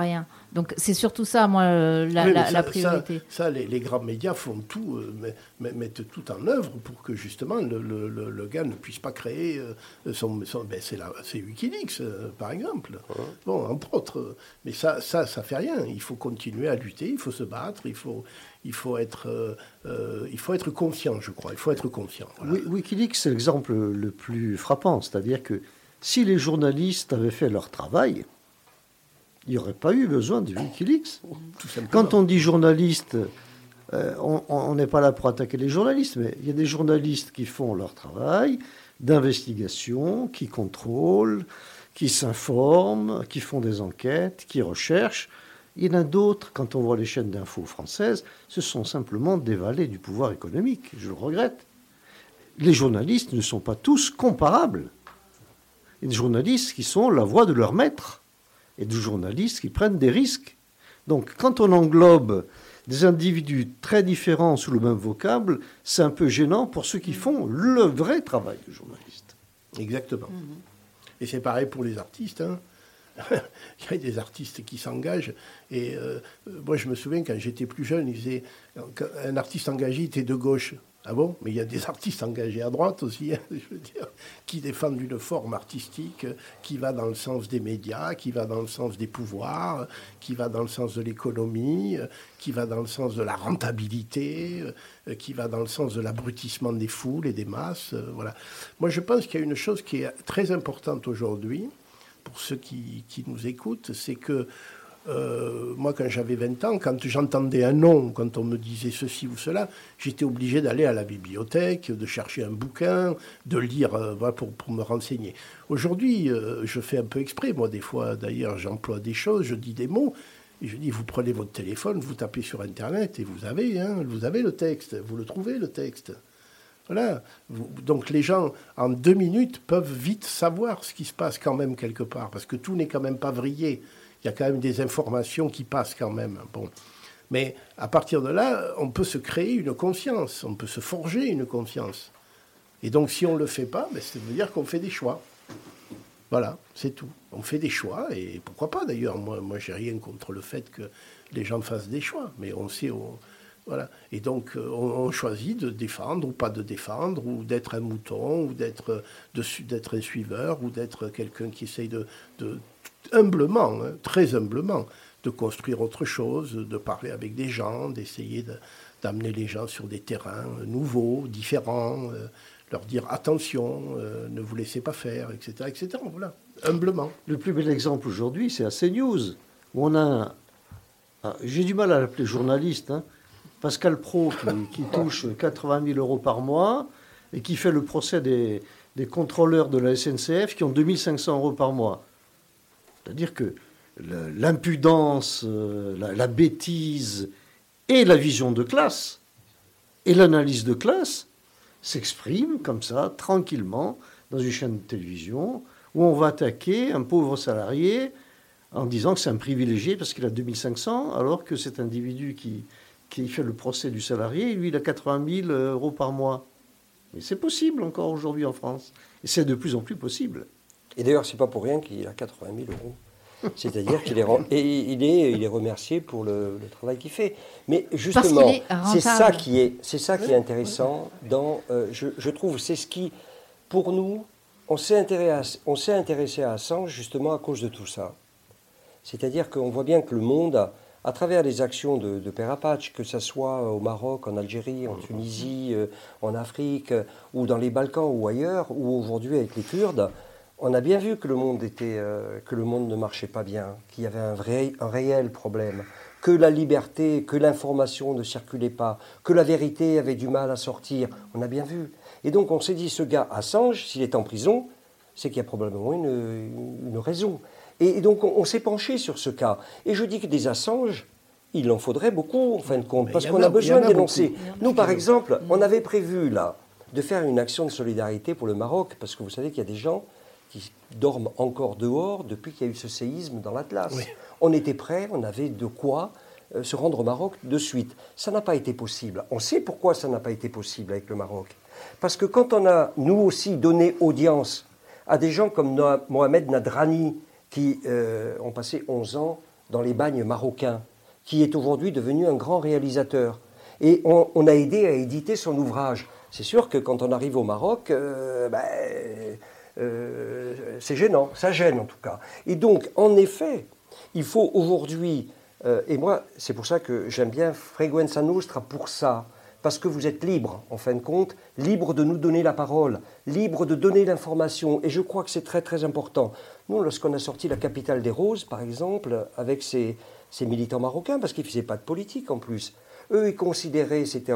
Donc c'est surtout ça, moi, la priorité. Ça, les grands médias font tout, mettent tout en œuvre pour que justement le gars ne puisse pas créer c'est Wikileaks, par exemple. Bon, entre autres. Mais ça fait rien. Il faut continuer à lutter, il faut se battre, il faut être confiant, je crois. Il faut être confiant. Voilà. Wikileaks, c'est l'exemple le plus frappant. C'est-à-dire que si les journalistes avaient fait leur travail, il n'y aurait pas eu besoin de Wikileaks. Quand on dit journaliste, on n'est pas là pour attaquer les journalistes, mais il y a des journalistes qui font leur travail d'investigation, qui contrôlent, qui s'informent, qui font des enquêtes, qui recherchent. Il y en a d'autres, quand on voit les chaînes d'infos françaises, ce sont simplement des valets du pouvoir économique. Je le regrette. Les journalistes ne sont pas tous comparables. Il y a des journalistes qui sont la voix de leur maître. Et des journalistes qui prennent des risques. Donc, quand on englobe des individus très différents sous le même vocable, c'est un peu gênant pour ceux qui font le vrai travail de journaliste. Exactement. Et c'est pareil pour les artistes. Hein. Il y a des artistes qui s'engagent. Et moi, je me souviens, quand j'étais plus jeune, ils disaient qu'un artiste engagé était de gauche. Ah bon? Mais il y a des artistes engagés à droite aussi, hein, je veux dire, qui défendent une forme artistique qui va dans le sens des médias, qui va dans le sens des pouvoirs, qui va dans le sens de l'économie, qui va dans le sens de la rentabilité, qui va dans le sens de l'abrutissement des foules et des masses. Voilà. Moi, je pense qu'il y a une chose qui est très importante aujourd'hui, pour ceux qui nous écoutent, c'est que moi, quand j'avais 20 ans, quand j'entendais un nom, quand on me disait ceci ou cela, j'étais obligé d'aller à la bibliothèque, de chercher un bouquin, de lire pour me renseigner. Aujourd'hui, je fais un peu exprès. Moi, des fois, d'ailleurs, j'emploie des choses, je dis des mots, et je dis, vous prenez votre téléphone, vous tapez sur Internet, et vous avez le texte, vous le trouvez, le texte. Voilà. Donc les gens, en 2 minutes, peuvent vite savoir ce qui se passe quand même quelque part, parce que tout n'est quand même pas vrillé. Il y a quand même des informations qui passent quand même. Bon. Mais à partir de là, on peut se créer une conscience, on peut se forger une conscience. Et donc si on ne le fait pas, ça veut dire qu'on fait des choix. Voilà, c'est tout. On fait des choix, et pourquoi pas d'ailleurs. Moi j'ai rien contre le fait que les gens fassent des choix, mais on sait... Voilà. Et donc, on choisit de défendre ou pas de défendre, ou d'être un mouton, ou d'être un suiveur, ou d'être quelqu'un qui essaye humblement, hein, très humblement, de construire autre chose, de parler avec des gens, d'essayer d'amener les gens sur des terrains nouveaux, différents, leur dire attention, ne vous laissez pas faire, etc., etc. Voilà, humblement. Le plus bel exemple aujourd'hui, c'est à CNews, où on a j'ai du mal à l'appeler journaliste, hein, Pascal Praud, qui touche 80 000 euros par mois et qui fait le procès des contrôleurs de la SNCF qui ont 2 500 euros par mois. C'est-à-dire que l'impudence, la bêtise et la vision de classe et l'analyse de classe s'expriment comme ça, tranquillement, dans une chaîne de télévision où on va attaquer un pauvre salarié en disant que c'est un privilégié parce qu'il a 2 500, alors que cet individu qui fait le procès du salarié, lui, il a 80 000 euros par mois. Mais c'est possible encore aujourd'hui en France. Et c'est de plus en plus possible. Et d'ailleurs, c'est pas pour rien qu'il a 80 000 euros. C'est-à-dire qu'il est remercié pour le travail qu'il fait. Mais justement, c'est ça qui est intéressant. Je trouve, c'est ce qui, pour nous, on s'est intéressé à Assange justement à cause de tout ça. C'est-à-dire qu'on voit bien que le monde, à travers les actions de Père Apache, que ce soit au Maroc, en Algérie, en Tunisie, en Afrique, ou dans les Balkans ou ailleurs, ou aujourd'hui avec les Kurdes, on a bien vu que le monde ne marchait pas bien, qu'il y avait un réel problème, que la liberté, que l'information ne circulait pas, que la vérité avait du mal à sortir. On a bien vu. Et donc on s'est dit, ce gars Assange, s'il est en prison, c'est qu'il y a probablement une raison. Et donc on s'est penché sur ce cas. Et je dis que des Assange, il en faudrait beaucoup en fin de compte, parce qu'on a besoin de dénoncer. Nous, par exemple, on avait prévu là de faire une action de solidarité pour le Maroc, parce que vous savez qu'il y a des gens qui dorment encore dehors depuis qu'il y a eu ce séisme dans l'Atlas. Oui. On était prêts, on avait de quoi se rendre au Maroc de suite. Ça n'a pas été possible. On sait pourquoi ça n'a pas été possible avec le Maroc. Parce que quand on a, nous aussi, donné audience à des gens comme Mohamed Nadrani, qui ont passé 11 ans dans les bagnes marocains, qui est aujourd'hui devenu un grand réalisateur. Et on a aidé à éditer son ouvrage. C'est sûr que quand on arrive au Maroc, c'est gênant, ça gêne en tout cas. Et donc, en effet, il faut aujourd'hui, et moi, c'est pour ça que j'aime bien Frequenza Nostra pour ça, parce que vous êtes libre, en fin de compte, libre de nous donner la parole, libre de donner l'information, et je crois que c'est très très important. Nous, lorsqu'on a sorti La Capitale des Roses, par exemple, avec ces militants marocains, parce qu'ils ne faisaient pas de politique en plus, eux, ils considéraient, c'était en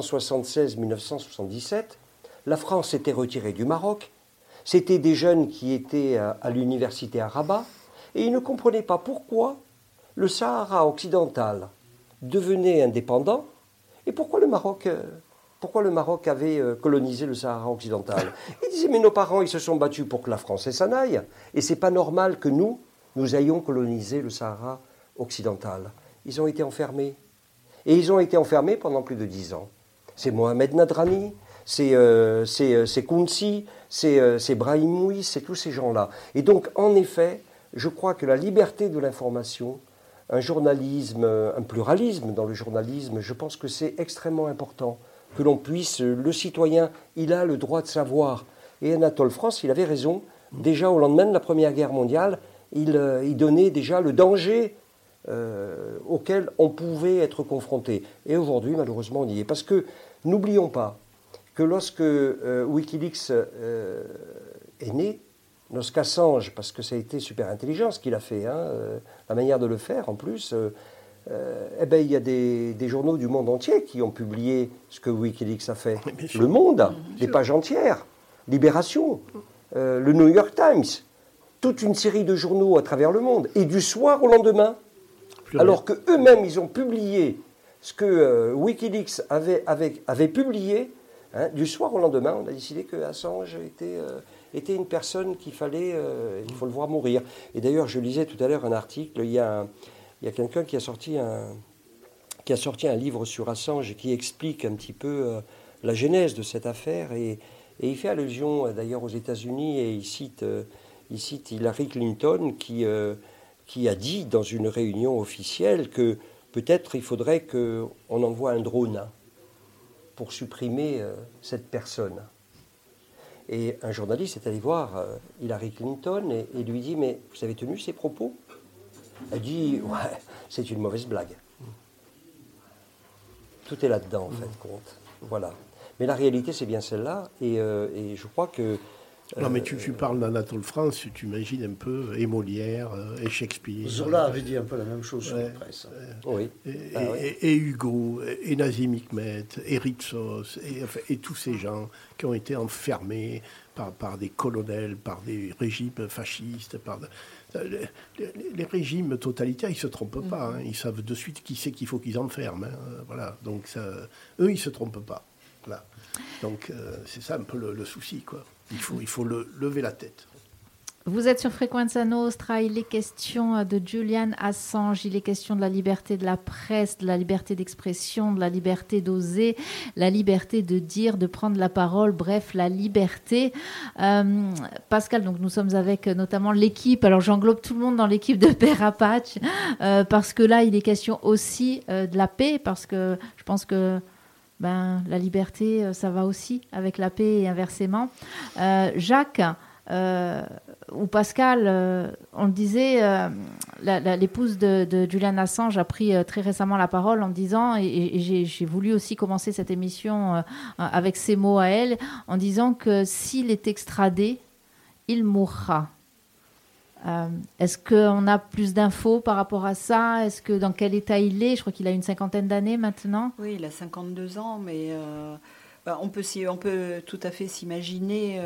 1976-1977, la France s'était retirée du Maroc, c'était des jeunes qui étaient à l'université à Rabat, et ils ne comprenaient pas pourquoi le Sahara occidental devenait indépendant, et pourquoi le Maroc avait colonisé le Sahara occidental. Ils disaient, mais nos parents, ils se sont battus pour que la France s'en aille, et c'est pas normal que nous ayons colonisé le Sahara occidental. Ils ont été enfermés. Et ils ont été enfermés pendant plus de 10 ans. C'est Mohamed Nadrani, c'est Kounsi, c'est Brahim Mouis, c'est tous ces gens-là. Et donc, en effet, je crois que la liberté de l'information, un journalisme, un pluralisme dans le journalisme, je pense que c'est extrêmement important, que l'on puisse, le citoyen, il a le droit de savoir. Et Anatole France, il avait raison, déjà au lendemain de la Première Guerre mondiale, il donnait déjà le danger auquel on pouvait être confronté. Et aujourd'hui, malheureusement, on y est. Parce que, n'oublions pas que lorsque Wikileaks est né, lorsqu'Assange, parce que ça a été super intelligent ce qu'il a fait, la manière de le faire en plus, il y a des journaux du monde entier qui ont publié ce que Wikileaks a fait. Le Monde, des pages entières, Libération, le New York Times, toute une série de journaux à travers le monde. Et du soir au lendemain, alors qu'eux-mêmes, ils ont publié ce que Wikileaks avait publié, du soir au lendemain, on a décidé que Assange était une personne qu'il fallait, il faut le voir mourir. Et d'ailleurs, je lisais tout à l'heure un article, il y a quelqu'un qui a sorti un livre sur Assange qui explique un petit peu la genèse de cette affaire, et il fait allusion d'ailleurs aux États-Unis, et il cite Hillary Clinton qui a dit dans une réunion officielle que peut-être il faudrait qu'on envoie un drone pour supprimer cette personne. Et un journaliste est allé voir Hillary Clinton et lui dit « Mais vous avez tenu ces propos ?» Elle dit « Ouais, c'est une mauvaise blague. » Tout est là-dedans, en fin de compte. Voilà. Mais la réalité, c'est bien celle-là. Et je crois que... Non, mais tu parles d'Anatole France, tu imagines un peu, et Molière, et Shakespeare. Zola avait dit un peu la même chose sur la presse. Oui. Et Hugo, et Nazim Hikmet, et Ritsos, et tous ces gens qui ont été enfermés par des colonels, par des régimes fascistes, les régimes totalitaires, ils ne se trompent pas. Ils savent de suite qui c'est qu'il faut qu'ils enferment. Voilà. Donc, eux, ils ne se trompent pas. Voilà. Donc, c'est ça un peu le souci, quoi. Il faut lever la tête. Vous êtes sur Frequenza Nostra, il est question de Julian Assange, il est question de la liberté de la presse, de la liberté d'expression, de la liberté d'oser, la liberté de dire, de prendre la parole, bref, la liberté. Pascal, donc nous sommes avec notamment l'équipe, alors j'englobe tout le monde dans l'équipe de Père Apache, parce que là, il est question aussi de la paix, parce que je pense que la liberté, ça va aussi avec la paix et inversement. Jacques... ou Pascal, on le disait, l'épouse de Julian Assange a pris très récemment la parole en disant, et j'ai voulu aussi commencer cette émission avec ces mots à elle, en disant que s'il est extradé, il mourra. Est-ce qu'on a plus d'infos par rapport à ça ? Est-ce que dans quel état il est ? Je crois qu'il a une 50aine d'années maintenant. Oui, il a 52 ans, mais on peut tout à fait s'imaginer...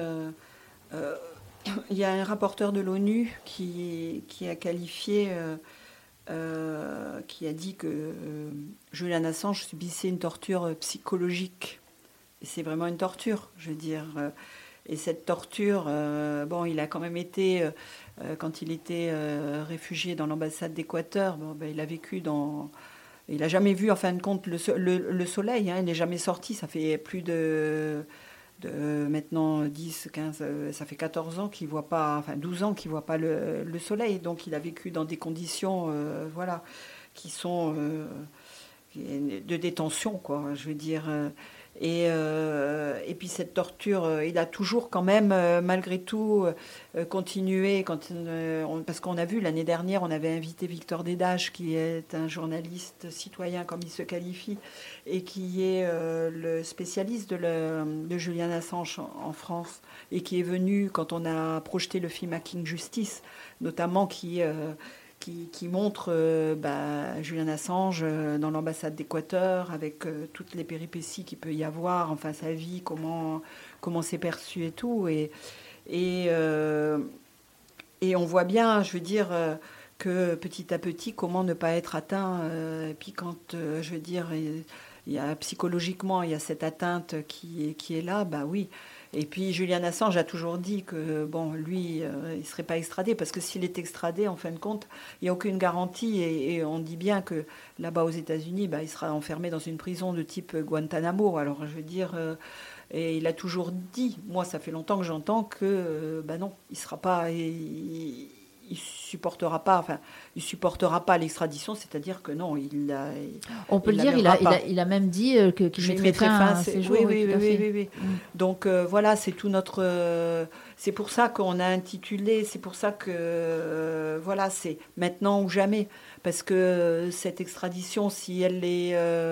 il y a un rapporteur de l'ONU qui a qualifié, qui a dit que Julian Assange subissait une torture psychologique. Et c'est vraiment une torture, je veux dire. Et cette torture, il a quand même été, quand il était réfugié dans l'ambassade d'Équateur, il a vécu dans... Il n'a jamais vu, en fin de compte, le soleil. Il n'est jamais sorti. Ça fait plus de maintenant 10, 15, ça fait 14 ans qu'il voit pas, enfin 12 ans qu'il voit pas le soleil. Donc il a vécu dans des conditions, voilà, qui sont de détention, quoi. Je veux dire. Et puis cette torture, il a toujours quand même, malgré tout, continué. Parce qu'on a vu l'année dernière, on avait invité Victor Dédache, qui est un journaliste citoyen, comme il se qualifie, et qui est le spécialiste de Julian Assange en France, et qui est venu quand on a projeté le film Hacking Justice, notamment qui montre Julian Assange dans l'ambassade d'Équateur avec toutes les péripéties qu'il peut y avoir, enfin sa vie, comment c'est perçu et tout. Et on voit bien, je veux dire, que petit à petit, comment ne pas être atteint. Et puis quand, je veux dire, psychologiquement, il y a cette atteinte qui est là, bah oui. Et puis Julian Assange a toujours dit que lui, il ne serait pas extradé, parce que s'il est extradé, en fin de compte, il n'y a aucune garantie. Et on dit bien que là-bas aux États-Unis, il sera enfermé dans une prison de type Guantanamo. Alors je veux dire, et il a toujours dit, moi ça fait longtemps que j'entends que non, il sera pas. Il supportera pas l'extradition, c'est-à-dire que non, on peut le dire, il a même dit qu'il mettrait fin à ses jours. Oui. Donc voilà, c'est tout notre. C'est pour ça qu'on a intitulé. C'est pour ça que voilà, c'est maintenant ou jamais, parce que cette extradition, si elle est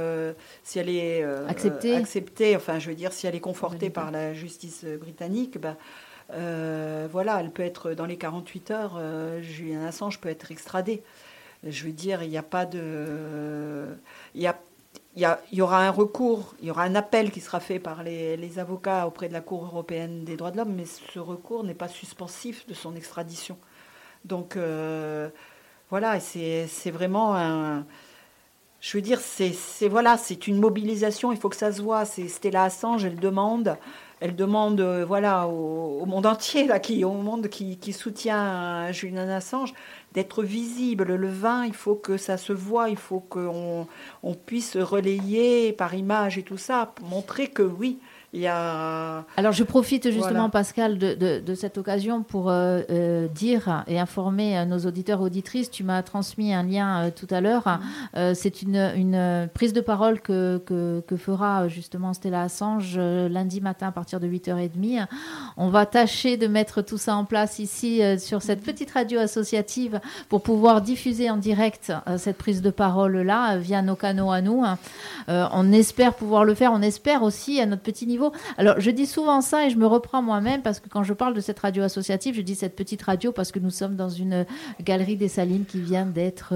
acceptée, enfin, je veux dire, si elle est confortée par la justice britannique, voilà, elle peut être dans les 48 heures. Julian Assange peut être extradé. Je veux dire, il n'y a pas de, il y aura un recours, il y aura un appel qui sera fait par les avocats auprès de la Cour européenne des droits de l'homme, mais ce recours n'est pas suspensif de son extradition. Donc voilà, c'est vraiment un. Je veux dire, c'est une mobilisation. Il faut que ça se voit. C'est Stella Assange, elle demande, voilà, au monde entier, là, au monde qui soutient Julian Assange, d'être visible. Le 20, il faut que ça se voit, il faut qu'on puisse relayer par image et tout ça, pour montrer que oui, il y a... Alors je profite justement, voilà, Pascal, de cette occasion pour dire et informer nos auditeurs et auditrices. Tu m'as transmis un lien tout à l'heure. C'est une prise de parole que fera justement Stella Assange lundi matin à partir de 8h30. On va tâcher de mettre tout ça en place ici sur cette petite radio associative pour pouvoir diffuser en direct cette prise de parole-là via nos canaux à nous. On espère pouvoir le faire. On espère aussi à notre petit niveau. Alors, je dis souvent ça et je me reprends moi-même, parce que quand je parle de cette radio associative, je dis cette petite radio parce que nous sommes dans une galerie des Salines qui vient d'être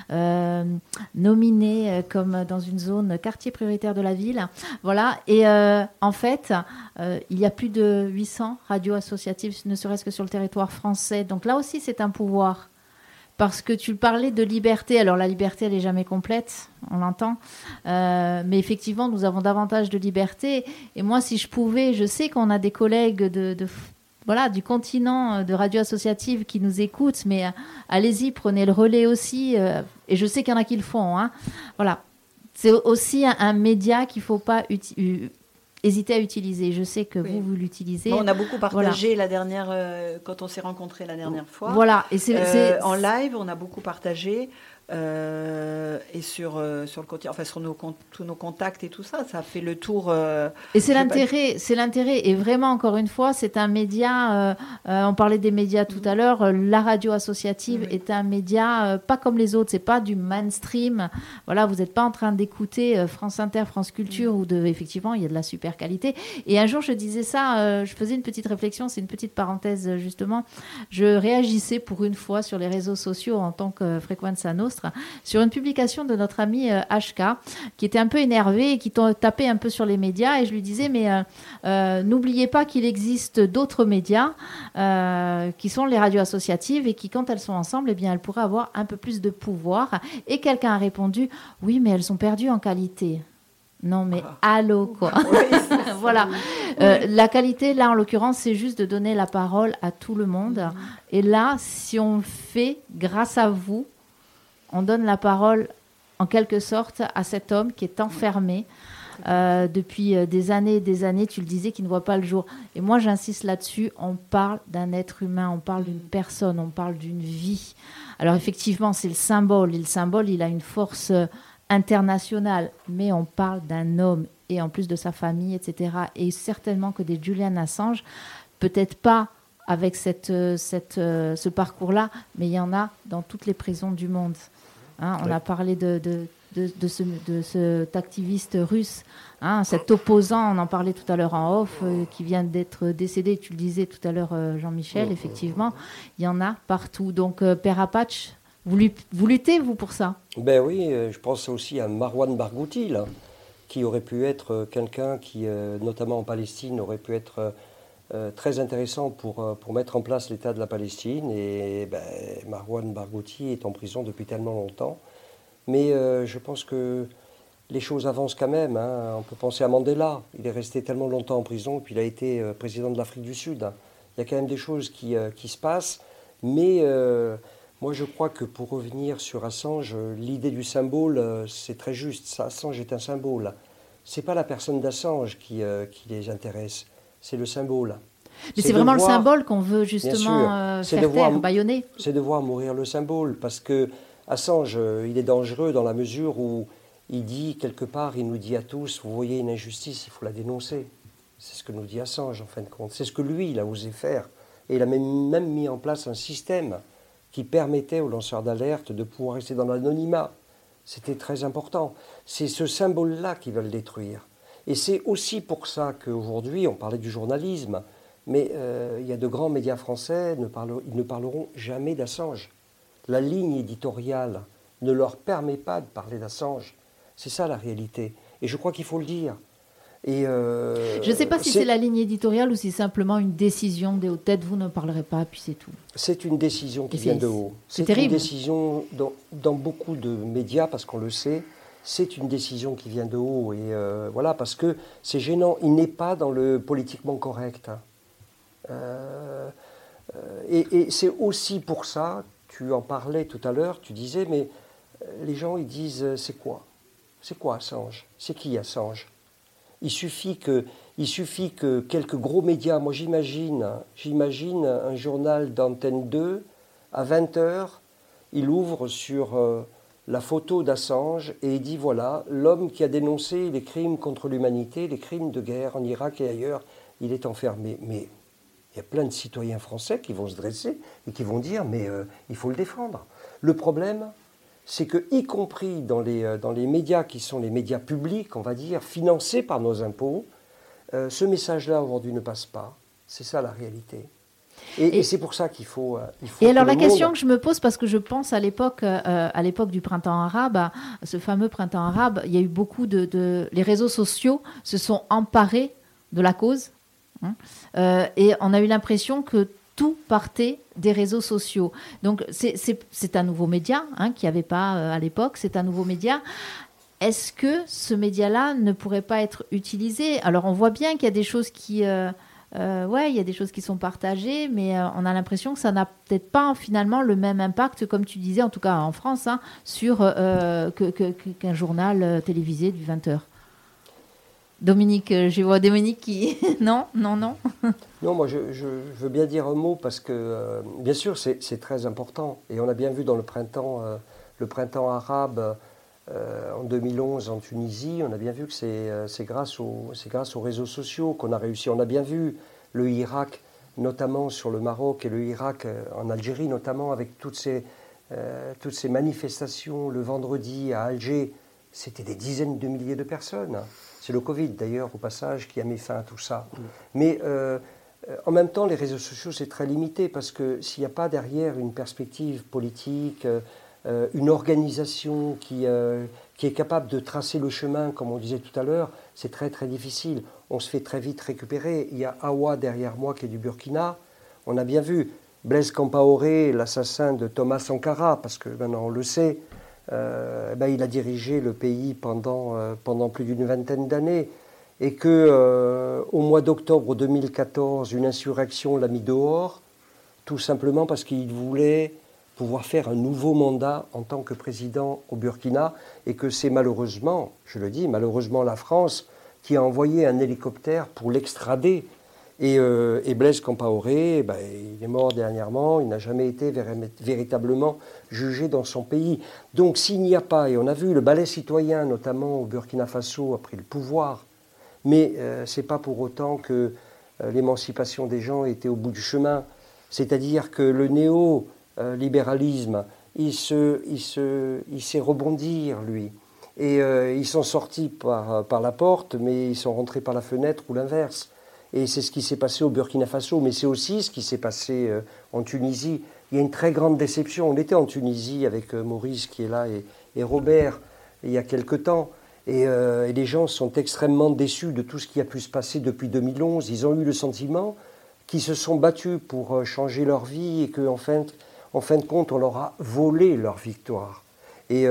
nominée comme dans une zone quartier prioritaire de la ville. Voilà. Et en fait, il y a plus de 800 radios associatives, ne serait-ce que sur le territoire français. Donc là aussi, c'est un pouvoir. Parce que tu parlais de liberté. Alors, la liberté, elle n'est jamais complète, on l'entend. Mais effectivement, nous avons davantage de liberté. Et moi, si je pouvais, je sais qu'on a des collègues voilà, du continent de radio associative qui nous écoutent, mais allez-y, prenez le relais aussi. Et je sais qu'il y en a qui le font. Hein. Voilà. C'est aussi un média qu'il ne faut pas hésiter à utiliser. Je sais que oui, vous l'utilisez. On a beaucoup partagé, voilà, la dernière, quand on s'est rencontrés la dernière fois. Voilà. Et en live, on a beaucoup partagé. Et sur le côté, enfin sur tous nos contacts et tout ça, ça fait le tour. Et c'est l'intérêt. Et vraiment, encore une fois, c'est un média. On parlait des médias tout à l'heure. La radio associative est un média pas comme les autres. C'est pas du mainstream. Voilà, vous n'êtes pas en train d'écouter France Inter, France Culture effectivement, il y a de la super qualité. Et un jour, je disais ça. Je faisais une petite réflexion. C'est une petite parenthèse justement. Je réagissais pour une fois sur les réseaux sociaux en tant que Frequenza Nostra sur une publication de notre ami HK qui était un peu énervé et qui tapait un peu sur les médias, et je lui disais mais n'oubliez pas qu'il existe d'autres médias qui sont les radios associatives et qui, quand elles sont ensemble, eh bien, elles pourraient avoir un peu plus de pouvoir. Et quelqu'un a répondu oui, mais elles sont perdues en qualité. Non mais allô quoi. Oui, voilà. La qualité là en l'occurrence, c'est juste de donner la parole à tout le monde. Et là, si on le fait grâce à vous, on donne la parole, en quelque sorte, à cet homme qui est enfermé depuis des années, tu le disais, qui ne voit pas le jour. Et moi, j'insiste là-dessus, on parle d'un être humain, on parle d'une personne, on parle d'une vie. Alors effectivement, c'est le symbole, et le symbole, il a une force internationale, mais on parle d'un homme, et en plus de sa famille, etc. Et certainement que des Julian Assange, peut-être pas avec ce parcours-là, mais il y en a dans toutes les prisons du monde. Hein, on a parlé de cet activiste russe, hein, cet opposant, on en parlait tout à l'heure en off, qui vient d'être décédé, tu le disais tout à l'heure, Jean-Michel, effectivement, il y en a partout. Donc, Père Apache, vous luttez, vous, pour ça? Ben oui, je pense aussi à Marwan Barghouti, là, qui aurait pu être quelqu'un qui, notamment en Palestine, aurait pu être très intéressant pour mettre en place l'État de la Palestine. Et Marwan Barghouti est en prison depuis tellement longtemps. Mais je pense que les choses avancent quand même. Hein. On peut penser à Mandela. Il est resté tellement longtemps en prison, puis il a été président de l'Afrique du Sud. Il y a quand même des choses qui se passent. Mais moi, je crois que pour revenir sur Assange, l'idée du symbole, c'est très juste. Assange est un symbole. Ce n'est pas la personne d'Assange qui les intéresse, c'est le symbole. Mais c'est vraiment le symbole qu'on veut justement faire taire, bâillonner. C'est de voir mourir le symbole, parce que Assange, il est dangereux dans la mesure où il dit, quelque part, il nous dit à tous, vous voyez une injustice, il faut la dénoncer. C'est ce que nous dit Assange, en fin de compte. C'est ce que lui, il a osé faire. Et il a même mis en place un système qui permettait aux lanceurs d'alerte de pouvoir rester dans l'anonymat. C'était très important. C'est ce symbole-là qu'ils veulent détruire. Et c'est aussi pour ça qu'aujourd'hui, on parlait du journalisme, mais il y a de grands médias français, ils ne parleront jamais d'Assange. La ligne éditoriale ne leur permet pas de parler d'Assange. C'est ça la réalité. Et je crois qu'il faut le dire. Et je ne sais pas si c'est la ligne éditoriale ou si c'est simplement une décision des hautes têtes. Vous ne parlerez pas, puis c'est tout. C'est une décision qui vient de haut. C'est terrible. Une décision dans beaucoup de médias, parce qu'on le sait, c'est une décision qui vient de haut. Et voilà, parce que c'est gênant. Il n'est pas dans le politiquement correct. Et c'est aussi pour ça, tu en parlais tout à l'heure, tu disais, mais les gens, ils disent, c'est quoi? C'est quoi Assange? C'est qui Assange? Il suffit que quelques gros médias, moi j'imagine un journal d'Antenne 2, à 20h, il ouvre sur la photo d'Assange et il dit voilà, l'homme qui a dénoncé les crimes contre l'humanité, les crimes de guerre en Irak et ailleurs, il est enfermé. Mais il y a plein de citoyens français qui vont se dresser et qui vont dire mais il faut le défendre. Le problème, c'est que, y compris dans les médias qui sont les médias publics, on va dire, financés par nos impôts, ce message-là aujourd'hui ne passe pas. C'est ça la réalité. Et c'est pour ça qu'il faut. Et alors la question que je me pose, parce que je pense à l'époque du printemps arabe, ce fameux printemps arabe, il y a eu beaucoup les réseaux sociaux se sont emparés de la cause, hein, et on a eu l'impression que tout partait des réseaux sociaux. Donc, c'est un nouveau média hein, qu'il n'y avait pas à l'époque. C'est un nouveau média. Est-ce que ce média-là ne pourrait pas être utilisé? Alors, on voit bien qu'il y a des choses qui... il y a des choses qui sont partagées, mais on a l'impression que ça n'a peut-être pas finalement le même impact, comme tu disais, en tout cas en France, hein, sur qu'un journal télévisé du 20h. Dominique, je vois Dominique qui... Non. Non, moi je veux bien dire un mot parce que, bien sûr, c'est très important. Et on a bien vu dans le printemps arabe en 2011 en Tunisie, on a bien vu que c'est grâce aux réseaux sociaux qu'on a réussi. On a bien vu le Irak, notamment sur le Maroc, et le Irak en Algérie, notamment avec toutes ces manifestations le vendredi à Alger. C'était des dizaines de milliers de personnes. C'est le Covid, d'ailleurs, au passage, qui a mis fin à tout ça. Mais en même temps, les réseaux sociaux, c'est très limité, parce que s'il n'y a pas derrière une perspective politique, une organisation qui est capable de tracer le chemin, comme on disait tout à l'heure, c'est très, très difficile. On se fait très vite récupérer. Il y a Awa derrière moi, qui est du Burkina. On a bien vu Blaise Compaoré, l'assassin de Thomas Sankara, parce que maintenant on le sait, il a dirigé le pays pendant plus d'une vingtaine d'années, et qu'au mois d'octobre 2014, une insurrection l'a mis dehors, tout simplement parce qu'il voulait pouvoir faire un nouveau mandat en tant que président au Burkina, et que c'est malheureusement, je le dis, malheureusement la France qui a envoyé un hélicoptère pour l'extrader. Et Blaise Compaoré, il est mort dernièrement, il n'a jamais été véritablement jugé dans son pays. Donc s'il n'y a pas, et on a vu le ballet citoyen notamment au Burkina Faso a pris le pouvoir, mais ce n'est pas pour autant que l'émancipation des gens était au bout du chemin. C'est-à-dire que le néo-libéralisme, il sait rebondir, lui. Et ils sont sortis par la porte, mais ils sont rentrés par la fenêtre ou l'inverse. Et c'est ce qui s'est passé au Burkina Faso, mais c'est aussi ce qui s'est passé en Tunisie. Il y a une très grande déception. On était en Tunisie avec Maurice qui est là et Robert il y a quelque temps. Et les gens sont extrêmement déçus de tout ce qui a pu se passer depuis 2011. Ils ont eu le sentiment qu'ils se sont battus pour changer leur vie et qu'en fin de compte, on leur a volé leur victoire. Et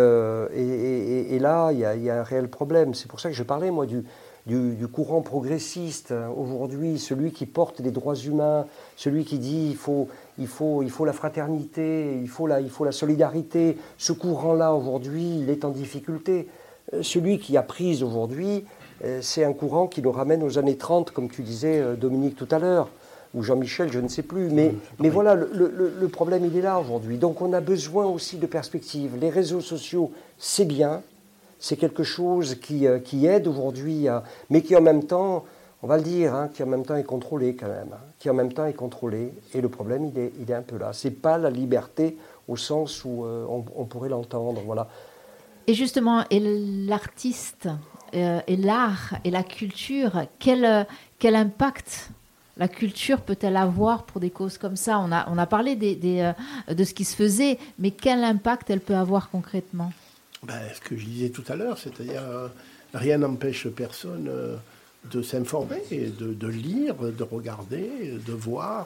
là, il y a un réel problème. C'est pour ça que je parlais, moi, du courant progressiste aujourd'hui, celui qui porte les droits humains, celui qui dit il faut la fraternité, il faut la solidarité. Ce courant-là, aujourd'hui, il est en difficulté. Celui qui a prise aujourd'hui, c'est un courant qui nous ramène aux années 30, comme tu disais, Dominique, tout à l'heure, ou Jean-Michel, je ne sais plus. Mais voilà, le problème, il est là aujourd'hui. Donc on a besoin aussi de perspectives. Les réseaux sociaux, c'est bien. C'est quelque chose qui aide aujourd'hui, mais qui en même temps, on va le dire, qui en même temps est contrôlé quand même. Qui en même temps est contrôlé. Et le problème, il est un peu là. Ce n'est pas la liberté au sens où on pourrait l'entendre. Voilà. Et justement, et l'artiste, et l'art, et la culture, quel impact la culture peut-elle avoir pour des causes comme ça ? On a parlé de ce qui se faisait, mais quel impact elle peut avoir concrètement ? Ce que je disais tout à l'heure, c'est-à-dire rien n'empêche personne de s'informer, de lire, de regarder, de voir,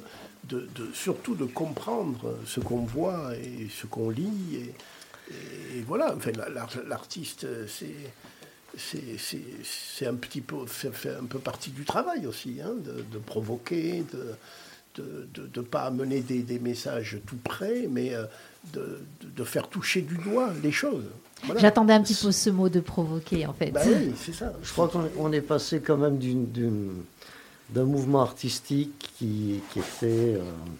surtout de comprendre ce qu'on voit et ce qu'on lit. Et voilà, enfin, l'artiste, c'est un petit peu, ça fait un peu partie du travail aussi, de provoquer, de pas amener des messages tout près, mais de faire toucher du doigt les choses. Voilà. J'attendais un petit peu ce mot de provoquer, en fait. Oui, c'est ça. Je crois qu'on est passé quand même d'un mouvement artistique qui était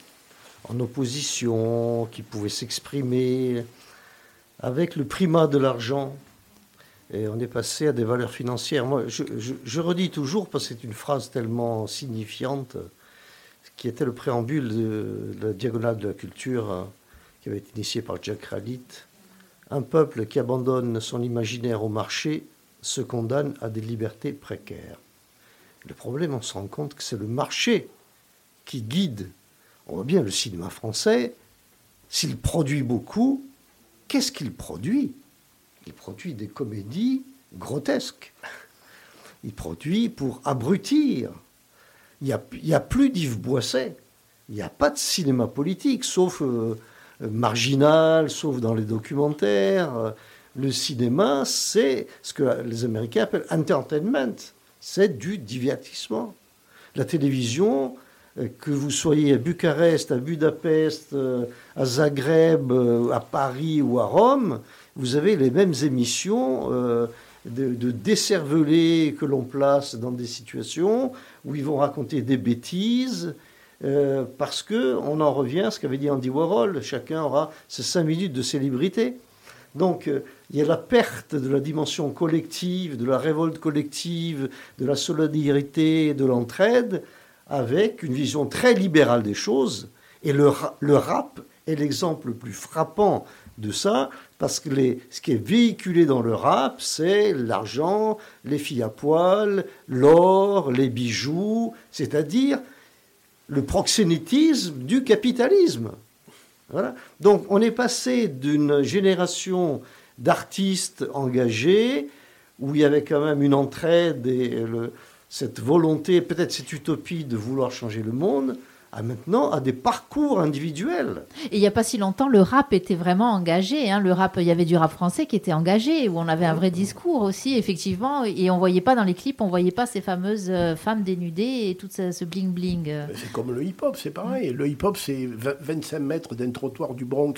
en opposition, qui pouvait s'exprimer avec le primat de l'argent. Et on est passé à des valeurs financières. Moi, je redis toujours, parce que c'est une phrase tellement signifiante, qui était le préambule de la Diagonale de la Culture, qui avait été initiée par Jack Rallit. Un peuple qui abandonne son imaginaire au marché se condamne à des libertés précaires. Le problème, on se rend compte que c'est le marché qui guide. On voit bien le cinéma français, s'il produit beaucoup, qu'est-ce qu'il produit ? Il produit des comédies grotesques. Il produit pour abrutir. Il n'y a plus d'Yves Boisset. Il n'y a pas de cinéma politique, sauf marginal, sauf dans les documentaires. Le cinéma, c'est ce que les Américains appellent entertainment. C'est du divertissement. La télévision, que vous soyez à Bucarest, à Budapest, à Zagreb, à Paris ou à Rome, vous avez les mêmes émissions de décervelés que l'on place dans des situations où ils vont raconter des bêtises, parce qu'on en revient à ce qu'avait dit Andy Warhol, chacun aura ses 5 minutes de célébrité. Donc il y a la perte de la dimension collective, de la révolte collective, de la solidarité, de l'entraide, avec une vision très libérale des choses. Et le rap est l'exemple le plus frappant de ça, parce que ce qui est véhiculé dans le rap, c'est l'argent, les filles à poil, l'or, les bijoux, c'est-à-dire le proxénétisme du capitalisme. Voilà. Donc on est passé d'une génération d'artistes engagés, où il y avait quand même une entraide et cette volonté, peut-être cette utopie de vouloir changer le monde, maintenant à des parcours individuels. Et il n'y a pas si longtemps, le rap était vraiment engagé. Hein. Le rap, il y avait du rap français qui était engagé, où on avait un vrai discours aussi, effectivement. Et on ne voyait pas dans les clips, on ne voyait pas ces fameuses femmes dénudées et tout ce bling-bling. C'est comme le hip-hop, c'est pareil. Le hip-hop, c'est 25 mètres d'un trottoir du Bronx.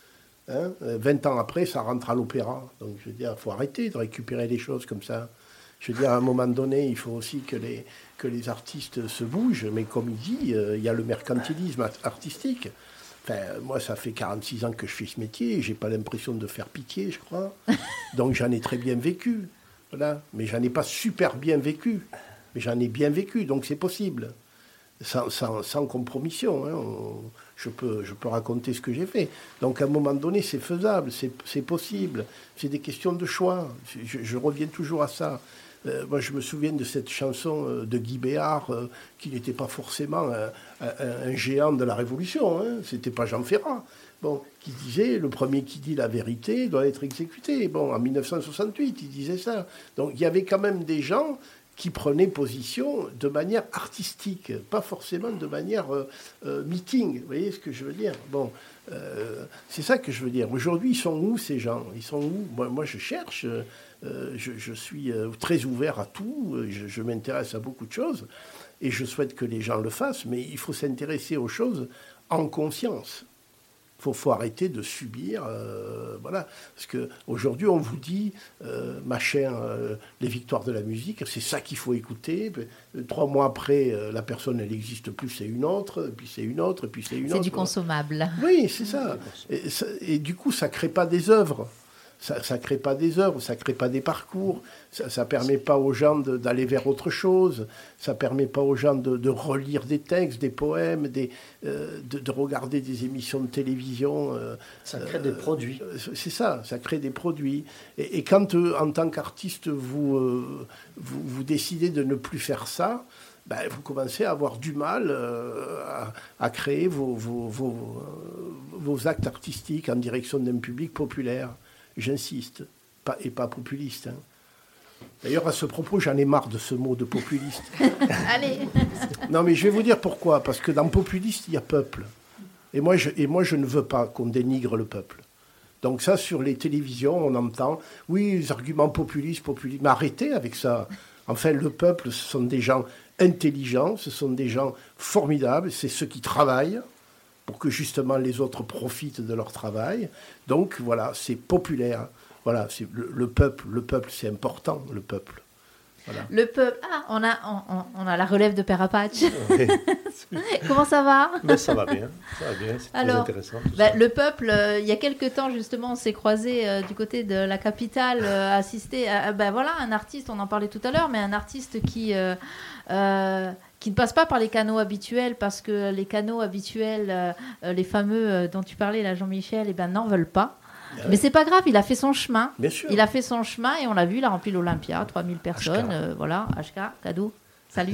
20 ans après, ça rentre à l'opéra. Donc, je veux dire, il faut arrêter de récupérer les choses comme ça. Je veux dire, à un moment donné, il faut aussi que les artistes se bougent. Mais comme il dit, il y a le mercantilisme artistique. Enfin, moi, ça fait 46 ans que je fais ce métier et je n'ai pas l'impression de faire pitié, je crois. Donc, j'en ai très bien vécu. Voilà. Mais j'en ai pas super bien vécu. Mais j'en ai bien vécu, donc c'est possible. Sans compromission. Hein. Je peux raconter ce que j'ai fait. Donc, à un moment donné, c'est faisable, c'est possible. C'est des questions de choix. Je reviens toujours à ça. Moi, je me souviens de cette chanson de Guy Béard, qui n'était pas forcément un géant de la Révolution. Hein. C'était pas Jean Ferrat. Bon, qui disait, le premier qui dit la vérité doit être exécuté. Bon, en 1968, il disait ça. Donc, il y avait quand même des gens qui prenaient position de manière artistique, pas forcément de manière meeting. Vous voyez ce que je veux dire? Bon, c'est ça que je veux dire. Aujourd'hui, ils sont où, ces gens? Ils sont où? Moi, je cherche. Je suis très ouvert à tout. Je m'intéresse à beaucoup de choses. Et je souhaite que les gens le fassent. Mais il faut s'intéresser aux choses en conscience. Faut arrêter de subir, voilà. Parce qu'aujourd'hui, on vous dit, machin, les victoires de la musique, c'est ça qu'il faut écouter. 3 mois après, la personne, elle n'existe plus, c'est une autre, puis c'est une autre, puis c'est une autre. C'est du consommable. Oui, c'est ça. Et du coup, ça ne crée pas des œuvres. Ça ne crée pas des œuvres, ça ne crée pas des parcours, ça ne permet pas aux gens d'aller vers autre chose, ça ne permet pas aux gens de relire des textes, des poèmes, de regarder des émissions de télévision. Ça crée des produits. C'est ça crée des produits. Et quand, en tant qu'artiste, vous décidez de ne plus faire ça, ben, vous commencez à avoir du mal à créer vos actes artistiques en direction d'un public populaire. J'insiste, pas populiste. Hein. D'ailleurs, à ce propos, j'en ai marre de ce mot de populiste. Allez. Non, mais je vais vous dire pourquoi. Parce que dans populiste, il y a peuple. Et moi, je ne veux pas qu'on dénigre le peuple. Donc ça, sur les télévisions, on entend, oui, les arguments populistes. Mais arrêtez avec ça. Enfin, le peuple, ce sont des gens intelligents, ce sont des gens formidables, c'est ceux qui travaillent pour que justement les autres profitent de leur travail. Donc voilà, c'est populaire. Voilà, c'est le peuple. Le peuple, c'est important, le peuple. Voilà. Le peuple. Ah, on a la relève de Père Apache. Oui. Comment ça va? Ben, ça va bien, c'est très intéressant. Le peuple, il y a quelques temps, justement, on s'est croisés du côté de la capitale, assisté à voilà, un artiste, on en parlait tout à l'heure, mais un artiste qui ne passe pas par les canaux habituels, parce que les canaux habituels, les fameux dont tu parlais, là, Jean-Michel, n'en veulent pas. Mais c'est pas grave, il a fait son chemin. Bien sûr. Il a fait son chemin et on l'a vu, il a rempli l'Olympia, 3000 personnes. Voilà, HK, cadeau, salut.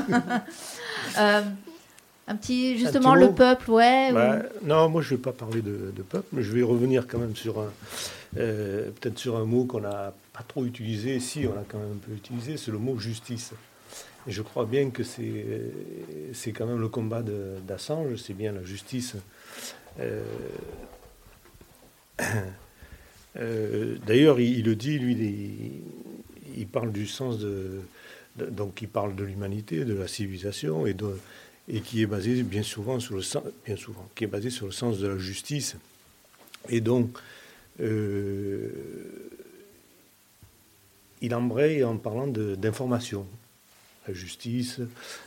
Un petit, justement, le peuple, ouais. Non, moi je ne vais pas parler de peuple, mais je vais revenir quand même sur peut-être sur un mot qu'on n'a pas trop utilisé. Si, on l'a quand même un peu utilisé, c'est le mot justice. Et je crois bien que c'est quand même le combat d'Assange, c'est bien la justice. D'ailleurs, il le dit, lui, il parle du sens donc il parle de l'humanité, de la civilisation, et qui est basé bien souvent sur le sens de la justice. Et donc, il embraye en parlant d'information. La justice,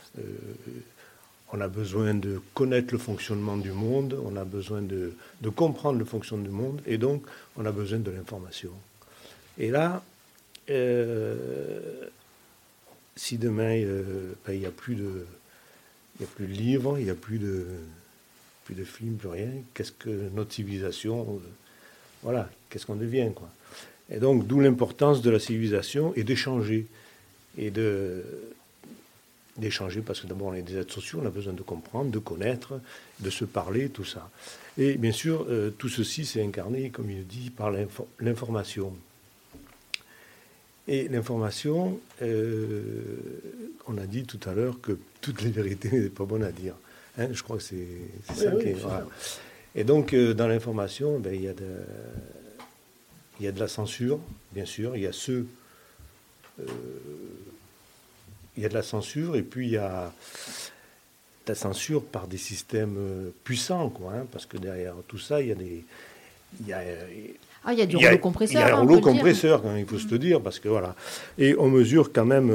on a besoin de connaître le fonctionnement du monde, on a besoin de comprendre le fonctionnement du monde, et donc on a besoin de l'information. Et là, si demain il n'y a plus de livres, il n'y a plus de films, plus rien, qu'est-ce que notre civilisation, voilà, qu'est-ce qu'on devient, quoi. Et donc, d'où l'importance de la civilisation et d'échanger, parce que d'abord on est des êtres sociaux, on a besoin de comprendre, de connaître, de se parler, tout ça. Et bien sûr, tout ceci s'est incarné, comme il dit, par l'information. Et l'information, on a dit tout à l'heure que toutes les vérités n'étaient pas bonnes à dire. Hein, je crois que c'est ça qui est... Voilà. Et donc, dans l'information, ben, il y a de la censure, bien sûr. Il y a il y a de la censure, et puis il y a de la censure par des systèmes puissants, quoi, hein, parce que derrière tout ça, il y a des... Il y a du rouleau compresseur. Il y a un rouleau compresseur, il faut se le dire, parce que voilà. Et on mesure quand même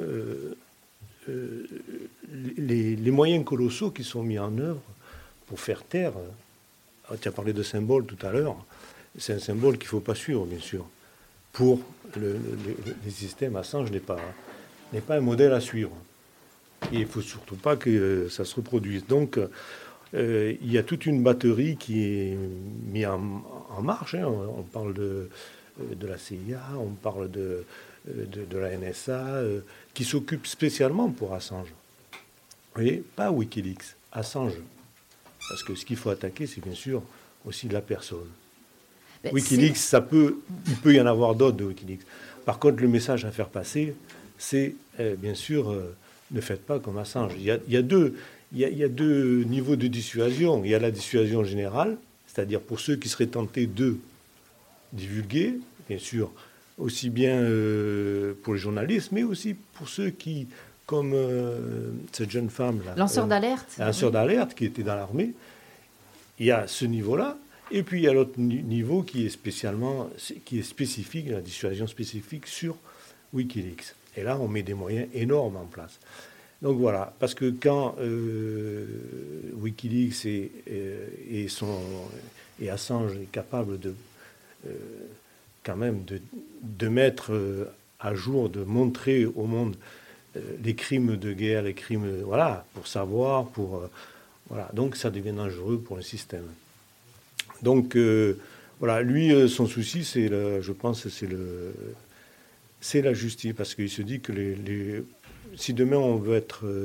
les moyens colossaux qui sont mis en œuvre pour faire taire. Tu as parlé de symbole tout à l'heure. C'est un symbole qu'il ne faut pas suivre, bien sûr. Pour les systèmes, Assange n'est pas un modèle à suivre. Et il ne faut surtout pas que ça se reproduise. Donc, il y a toute une batterie qui est mise en marche. Hein. On parle de la CIA, on parle de la NSA, qui s'occupe spécialement pour Assange. Vous voyez, pas Wikileaks, Assange. Parce que ce qu'il faut attaquer, c'est bien sûr aussi la personne. Wikileaks, il peut y en avoir d'autres de Wikileaks. Par contre, le message à faire passer, c'est bien sûr, ne faites pas comme Assange. Il y a deux niveaux de dissuasion. Il y a la dissuasion générale, c'est-à-dire pour ceux qui seraient tentés de divulguer, bien sûr, aussi bien pour les journalistes, mais aussi pour ceux qui, comme cette jeune femme-là, lanceur d'alerte qui était dans l'armée. Il y a ce niveau-là, et puis il y a l'autre niveau qui est spécifique, la dissuasion spécifique sur Wikileaks. Et là, on met des moyens énormes en place. Donc voilà, parce que quand Wikileaks et Assange est capable de quand même de mettre à jour, de montrer au monde les crimes de guerre, les crimes, voilà, pour savoir, voilà. Donc ça devient dangereux pour le système. Donc voilà, lui, son souci, je pense, c'est la justice, parce qu'il se dit que si demain on veut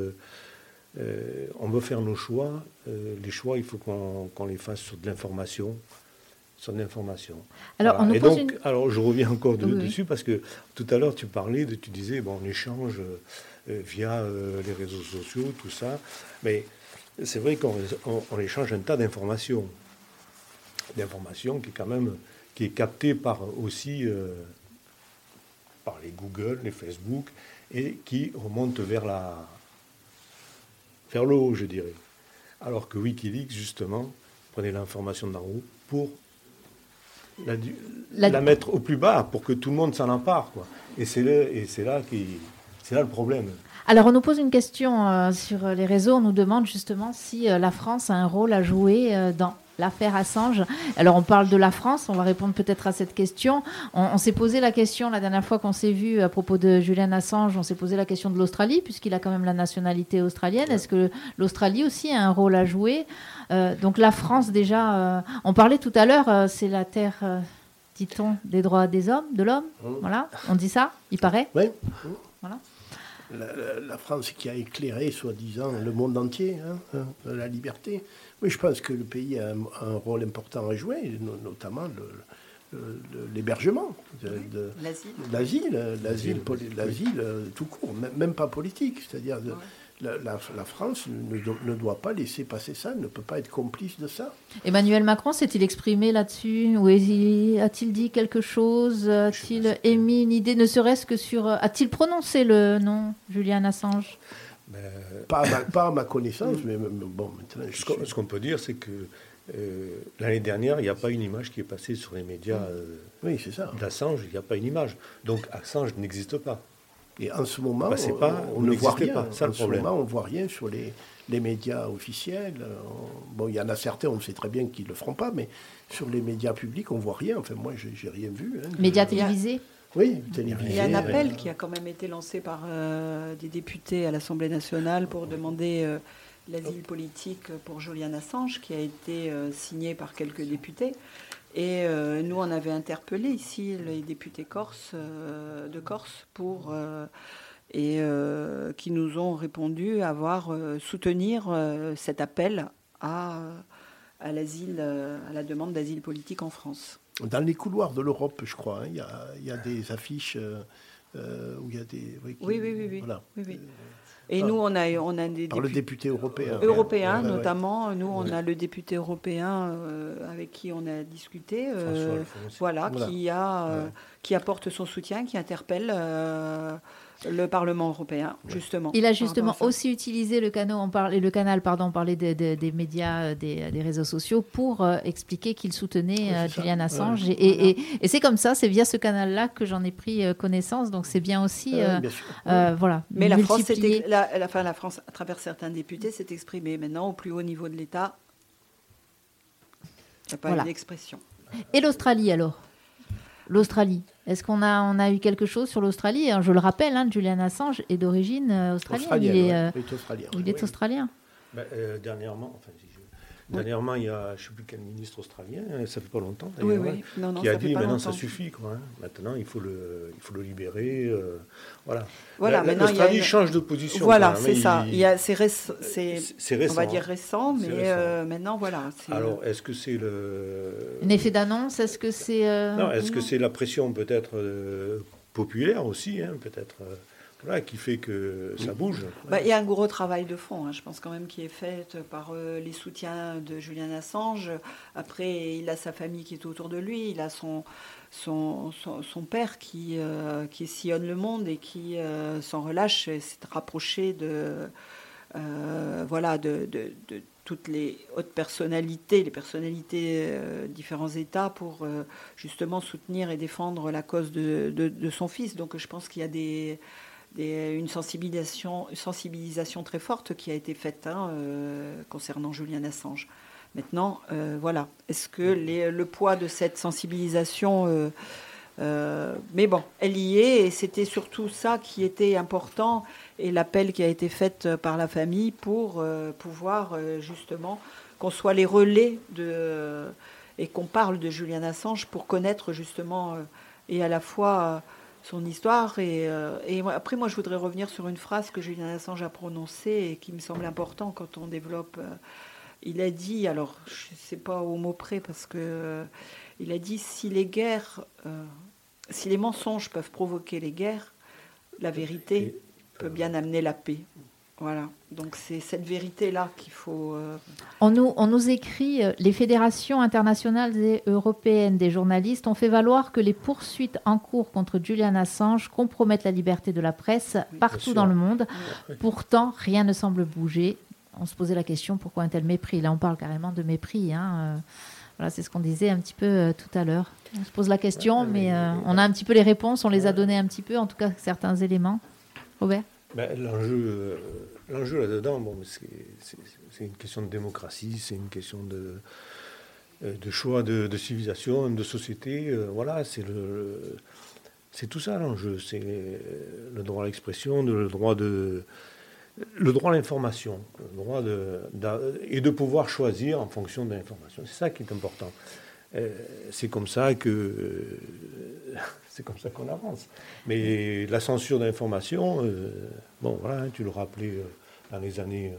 faire nos choix, les choix, il faut qu'on les fasse sur de l'information. Alors, voilà. Alors, je reviens encore dessus, parce que tout à l'heure, tu disais, bon, on échange via les réseaux sociaux, tout ça, mais c'est vrai qu'on échange un tas d'informations qui est captée aussi par les Google, les Facebook, et qui remonte vers le haut, je dirais. Alors que Wikileaks, justement, prenait l'information d'en haut pour la mettre au plus bas, pour que tout le monde s'en empare, quoi. Et c'est là le problème. Alors, on nous pose une question sur les réseaux. On nous demande justement si la France a un rôle à jouer dans l'affaire Assange. Alors, on parle de la France. On va répondre peut-être à cette question. On s'est posé la question la dernière fois qu'on s'est vu à propos de Julian Assange. On s'est posé la question de l'Australie, puisqu'il a quand même la nationalité australienne. Ouais. Est-ce que l'Australie aussi a un rôle à jouer ? Donc, la France, déjà, on parlait tout à l'heure, c'est la terre, dit-on, des droits de l'homme. Voilà, on dit ça, il paraît. Oui. Voilà. La France qui a éclairé, soi-disant, le monde entier, la liberté. Oui, je pense que le pays a un rôle important à jouer, notamment l'hébergement, l'asile tout court, même pas politique. C'est-à-dire la France ne doit pas laisser passer ça, ne peut pas être complice de ça. Emmanuel Macron s'est-il exprimé là-dessus? Ou a-t-il dit quelque chose? A-t-il émis une idée, ne serait-ce que sur... A-t-il prononcé le nom Julian Assange? Pas à ma connaissance, mais bon, maintenant... Ce qu'on peut dire, c'est que l'année dernière, il n'y a pas une image qui est passée sur les médias d'Assange, il n'y a pas une image. Donc Assange n'existe pas. Et en ce moment, on ne voit rien. En ce moment, on ne voit rien sur les médias officiels. Bon, il y en a certains, on sait très bien qu'ils ne le feront pas, mais sur les médias publics, on ne voit rien. Enfin, moi, je n'ai rien vu. Médias télévisés? Oui, télévisés. Il y a un appel qui a quand même été lancé par des députés à l'Assemblée nationale pour demander l'asile politique pour Julian Assange, qui a été signé par quelques députés. Et nous, on avait interpellé ici les députés de Corse qui nous ont répondu soutenir cet appel à l'asile, à la demande d'asile politique en France. Dans les couloirs de l'Europe, je crois, il y a des affiches où il y a des... Oui. Voilà. Oui. Et nous, on a des par le député européen. Européen, notamment. Nous, on a le député européen avec qui on a discuté, qui apporte son soutien, qui interpelle le Parlement européen, justement. Il a justement aussi utilisé le canal, on parlait des médias, des réseaux sociaux pour expliquer qu'il soutenait Julian Assange. Et c'est comme ça, c'est via ce canal-là que j'en ai pris connaissance. Donc c'est bien aussi, voilà. Mais la France, à travers certains députés, s'est exprimée. Maintenant, au plus haut niveau de l'État, il n'y a pas eu d'expression. Et l'Australie, alors ? L'Australie. Est-ce qu'on a eu quelque chose sur l'Australie ? Je le rappelle, Julian Assange est d'origine australienne. Il est australien. Dernièrement, il y a, je ne sais plus quel ministre australien, ça fait pas longtemps, qui a dit maintenant ça suffit, quoi. Maintenant, il faut le libérer. Voilà. L'Australie change de position. Voilà, c'est ça. C'est récent. On va dire récent, mais maintenant, voilà. Alors, est-ce que c'est un effet d'annonce ? Est-ce que c'est non, est-ce que c'est la pression peut-être populaire aussi, peut-être qui fait que ça bouge. Il y a un gros travail de fond, je pense quand même, qui est fait par les soutiens de Julian Assange. Après, il a sa famille qui est autour de lui, il a son père qui sillonne le monde et qui, sans relâche, s'est rapproché de toutes les hautes personnalités, les personnalités différents États pour justement soutenir et défendre la cause de son fils. Donc je pense qu'il y a une sensibilisation très forte qui a été faite concernant Julian Assange. Maintenant, est-ce que le poids de cette sensibilisation... mais bon, elle y est, et c'était surtout ça qui était important, et l'appel qui a été fait par la famille pour pouvoir justement qu'on soit les relais et qu'on parle de Julian Assange pour connaître justement et à la fois... son histoire. Et après, moi, je voudrais revenir sur une phrase que Julian Assange a prononcée et qui me semble important quand on développe. Il a dit, alors, je ne sais pas au mot près, parce que il a dit, si les mensonges peuvent provoquer les guerres, la vérité peut bien amener la paix. Voilà, donc c'est cette vérité-là qu'il faut... On nous écrit, les fédérations internationales et européennes des journalistes ont fait valoir que les poursuites en cours contre Julian Assange compromettent la liberté de la presse partout dans le monde. Pourtant, rien ne semble bouger. On se posait la question, pourquoi un tel mépris ? Là, on parle carrément de mépris. Voilà, c'est ce qu'on disait un petit peu tout à l'heure. On se pose la question, mais on a un petit peu les réponses, on les a données un petit peu, en tout cas certains éléments. Robert ? L'enjeu là-dedans, c'est une question de démocratie, c'est une question de choix de civilisation, de société. C'est tout ça l'enjeu. C'est le droit à l'expression, le droit à l'information, et de pouvoir choisir en fonction de l'information. C'est ça qui est important. C'est comme ça qu'on avance. Mais la censure d'information, tu le rappelais dans les années,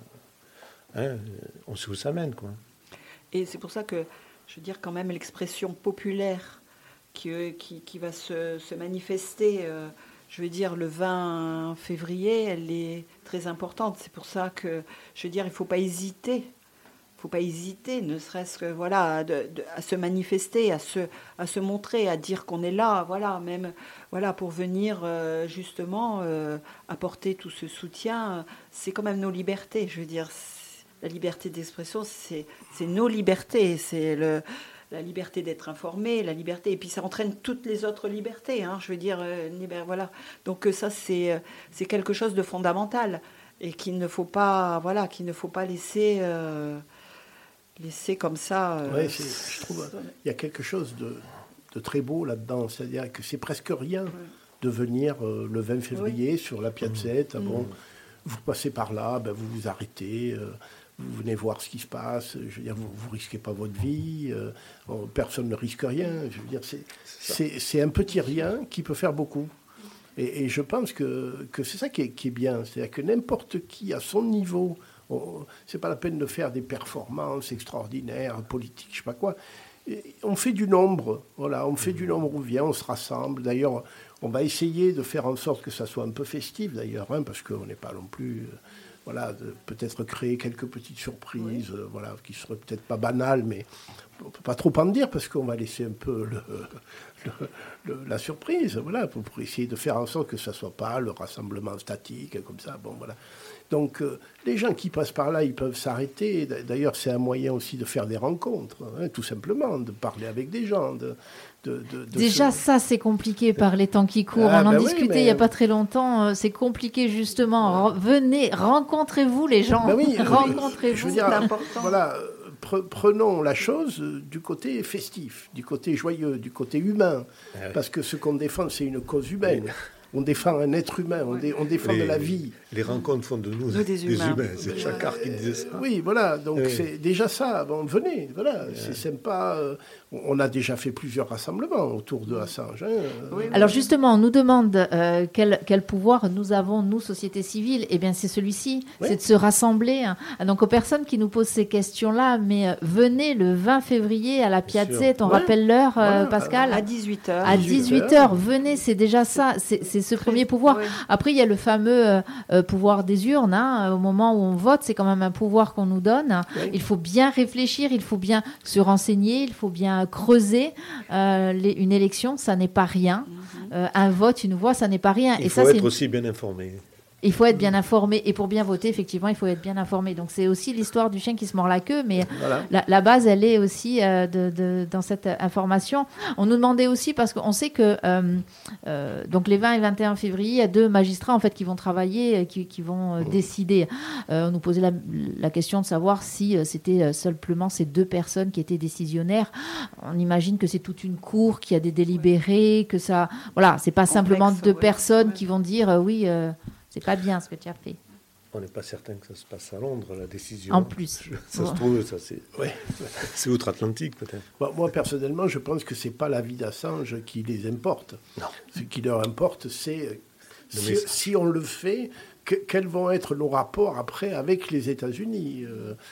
on sait où ça mène, quoi. Et c'est pour ça que, je veux dire, quand même, l'expression populaire qui va se manifester, je veux dire, le 20 février, elle est très importante. C'est pour ça que, je veux dire, il ne faut pas hésiter. Il ne faut pas hésiter, ne serait-ce que à se manifester, à se montrer, à dire qu'on est là, pour venir justement apporter tout ce soutien. C'est quand même nos libertés, je veux dire. La liberté d'expression, c'est nos libertés, c'est la liberté d'être informé, la liberté, et puis ça entraîne toutes les autres libertés, je veux dire, voilà. Donc ça, c'est quelque chose de fondamental et qu'il ne faut pas laisser comme ça. Je trouve il y a quelque chose de très beau là-dedans, c'est-à-dire que c'est presque rien de venir le 20 février sur la Piazzetta. Vous passez par là, vous vous arrêtez, vous venez voir ce qui se passe. Je veux dire, vous risquez pas votre vie, personne ne risque rien. Je veux dire, c'est un petit rien qui peut faire beaucoup. Et je pense que c'est ça qui est bien, c'est-à-dire que n'importe qui à son niveau. C'est pas la peine de faire des performances extraordinaires, politiques, je sais pas quoi. On fait du nombre, on fait du nombre, on vient, on se rassemble. D'ailleurs, On va essayer de faire en sorte que ça soit un peu festif d'ailleurs, parce qu'on n'est pas non plus... de peut-être créer quelques petites surprises, qui seraient peut-être pas banales, mais on ne peut pas trop en dire parce qu'on va laisser un peu la surprise, pour essayer de faire en sorte que ça ne soit pas le rassemblement statique, comme ça. Donc, les gens qui passent par là, ils peuvent s'arrêter. D'ailleurs, c'est un moyen aussi de faire des rencontres, tout simplement, de parler avec des gens. Déjà, ça, c'est compliqué par les temps qui courent. On en discutait il n'y a pas très longtemps. C'est compliqué, justement. Venez, rencontrez-vous, les gens. Rencontrez-vous, je veux dire, c'est important. Prenons la chose du côté festif, du côté joyeux, du côté humain. Parce que ce qu'on défend, c'est une cause humaine. On défend un être humain, on défend de la vie. Les rencontres font de nous des humains. C'est Chacard qui disait ça. Oui, donc c'est déjà ça. Venez, c'est sympa. On a déjà fait plusieurs rassemblements autour de Assange. Alors justement, on nous demande quel pouvoir nous avons, nous, société civile. Eh bien, c'est celui-ci, c'est de se rassembler. Donc, aux personnes qui nous posent ces questions-là, mais venez le 20 février à la Piazzetta, on rappelle l'heure, Pascal ? À 18h. À 18h, venez, c'est déjà ça, c'est ce premier pouvoir. Oui. Après, il y a le fameux pouvoir des urnes. Au moment où on vote, c'est quand même un pouvoir qu'on nous donne. Oui. Il faut bien réfléchir, il faut bien se renseigner, il faut bien creuser. Une élection, ça n'est pas rien. Un vote, une voix, ça n'est pas rien. Il faut être aussi bien informé. Il faut être bien informé. Et pour bien voter, effectivement, il faut être bien informé. Donc, c'est aussi l'histoire du chien qui se mord la queue. Mais la base, elle est aussi dans cette information. On nous demandait aussi, parce qu'on sait que donc les 20 et 21 février, il y a 2 magistrats en fait, qui vont travailler, qui vont décider. On nous posait la question de savoir si c'était simplement ces 2 personnes qui étaient décisionnaires. On imagine que c'est toute une cour qui a des délibérés, que ça... Voilà, c'est pas simplement 2 personnes qui vont dire oui... c'est pas bien ce que tu as fait. On n'est pas certain que ça se passe à Londres, la décision. En plus. Ça se trouve, c'est outre-Atlantique peut-être. Moi, personnellement, je pense que ce n'est pas la vie d'Assange qui les importe. Non. Ce qui leur importe, c'est si on le fait, quels vont être nos rapports après avec les États-Unis.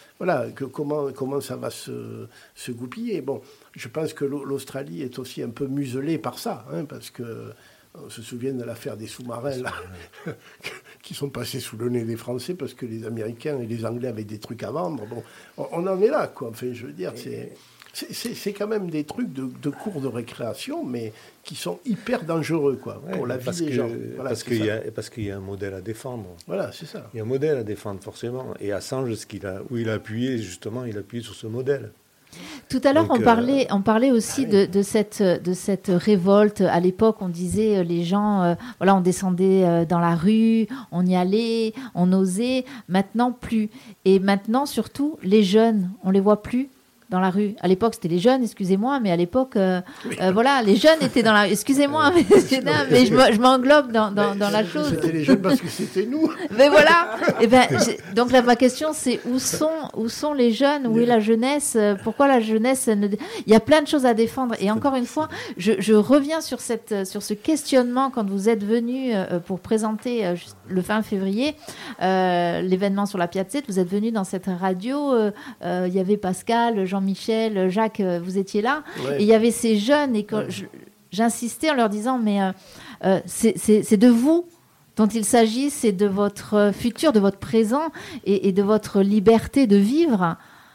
Comment ça va se goupiller. Bon, je pense que l'Australie est aussi un peu muselée par ça, parce que... On se souvient de l'affaire des sous-marins là, qui sont passés sous le nez des Français parce que les Américains et les Anglais avaient des trucs à vendre. Bon, on en est là, quoi. Enfin, je veux dire, c'est quand même des trucs de cours de récréation, mais qui sont hyper dangereux, quoi, pour la vie des gens. Voilà, parce qu'il y a un modèle à défendre. Voilà, c'est ça. Il y a un modèle à défendre, forcément. Et Assange, où il a appuyé, justement, il a appuyé sur ce modèle. Tout à l'heure, on parlait aussi de cette révolte. À l'époque, on disait les gens, on descendait dans la rue, on y allait, on osait. Maintenant, plus. Et maintenant, surtout, les jeunes, on les voit plus dans la rue. À l'époque, c'était les jeunes, excusez-moi, mais à l'époque, les jeunes étaient dans la rue. Excusez-moi, mais je m'englobe dans la chose. C'était les jeunes parce que c'était nous. Mais voilà. Donc là, ma question, c'est où sont les jeunes? Où est la jeunesse? Pourquoi la jeunesse Il y a plein de choses à défendre. Et encore une fois, je reviens sur ce questionnement quand vous êtes venu pour présenter le 20 février l'événement sur la Piazzetta. Vous êtes venu dans cette radio. Il y avait Pascal, Jean-Michel, Jacques, vous étiez là. Ouais. Et il y avait ces jeunes et j'insistais en leur disant mais c'est de vous dont il s'agit, c'est de votre futur, de votre présent et de votre liberté de vivre.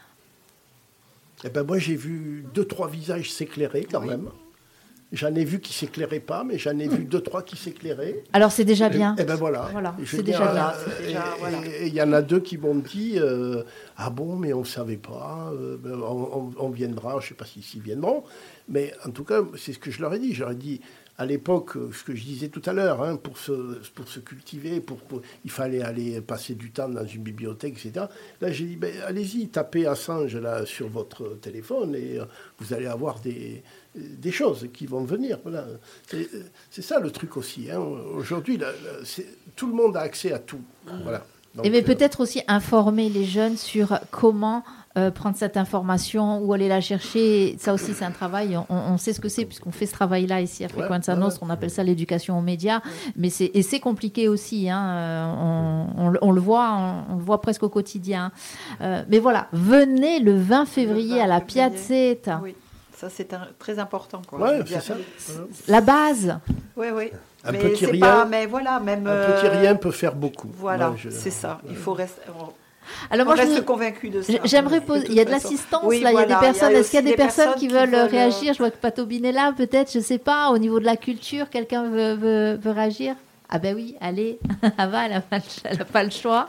Moi, j'ai vu 2-3 visages s'éclairer quand même. J'en ai vu qui ne s'éclairaient pas, mais j'en ai vu 2-3 qui s'éclairaient. Alors, c'est déjà bien. Et voilà. C'est déjà bien. Et il y en a 2 qui m'ont dit ah bon, mais on ne savait pas, on viendra, je ne sais pas s'ils viendront. Mais en tout cas, c'est ce que je leur ai dit. J'aurais dit, à l'époque, ce que je disais tout à l'heure, pour se cultiver, il fallait aller passer du temps dans une bibliothèque, etc. Là, j'ai dit, allez-y, tapez Assange là, sur votre téléphone et vous allez avoir des choses qui vont venir. Voilà. C'est ça le truc aussi. Aujourd'hui, tout le monde a accès à tout. Voilà. Donc, mais peut-être aussi informer les jeunes sur comment prendre cette information, où aller la chercher. Ça aussi, c'est un travail. On sait ce que c'est, puisqu'on fait ce travail-là ici à Frequenza Nostra. On appelle ça l'éducation aux médias. Mais c'est compliqué aussi. On le voit presque au quotidien. Mais voilà, venez le 20 février à la Piazzetta. Oui. Ça, c'est très important. Quoi, Ouais, c'est ça. La base. Oui. Un Mais petit c'est rien. pas. Mais voilà, même. Un petit rien peut faire beaucoup. Voilà, Moi, c'est ça. Il faut rester. Alors On moi, reste convaincu de ça. j'aimerais poser. Il y a de toute façon. l'assistance Oui, là. Il y a des voilà, personnes. il y a Est-ce qu'il y a aussi des personnes qui veulent veulent réagir? Je vois que Patobine est là. Peut-être, je sais pas. Au niveau de la culture, quelqu'un veut réagir? Ah ben oui, allez. Ava, elle a pas le choix.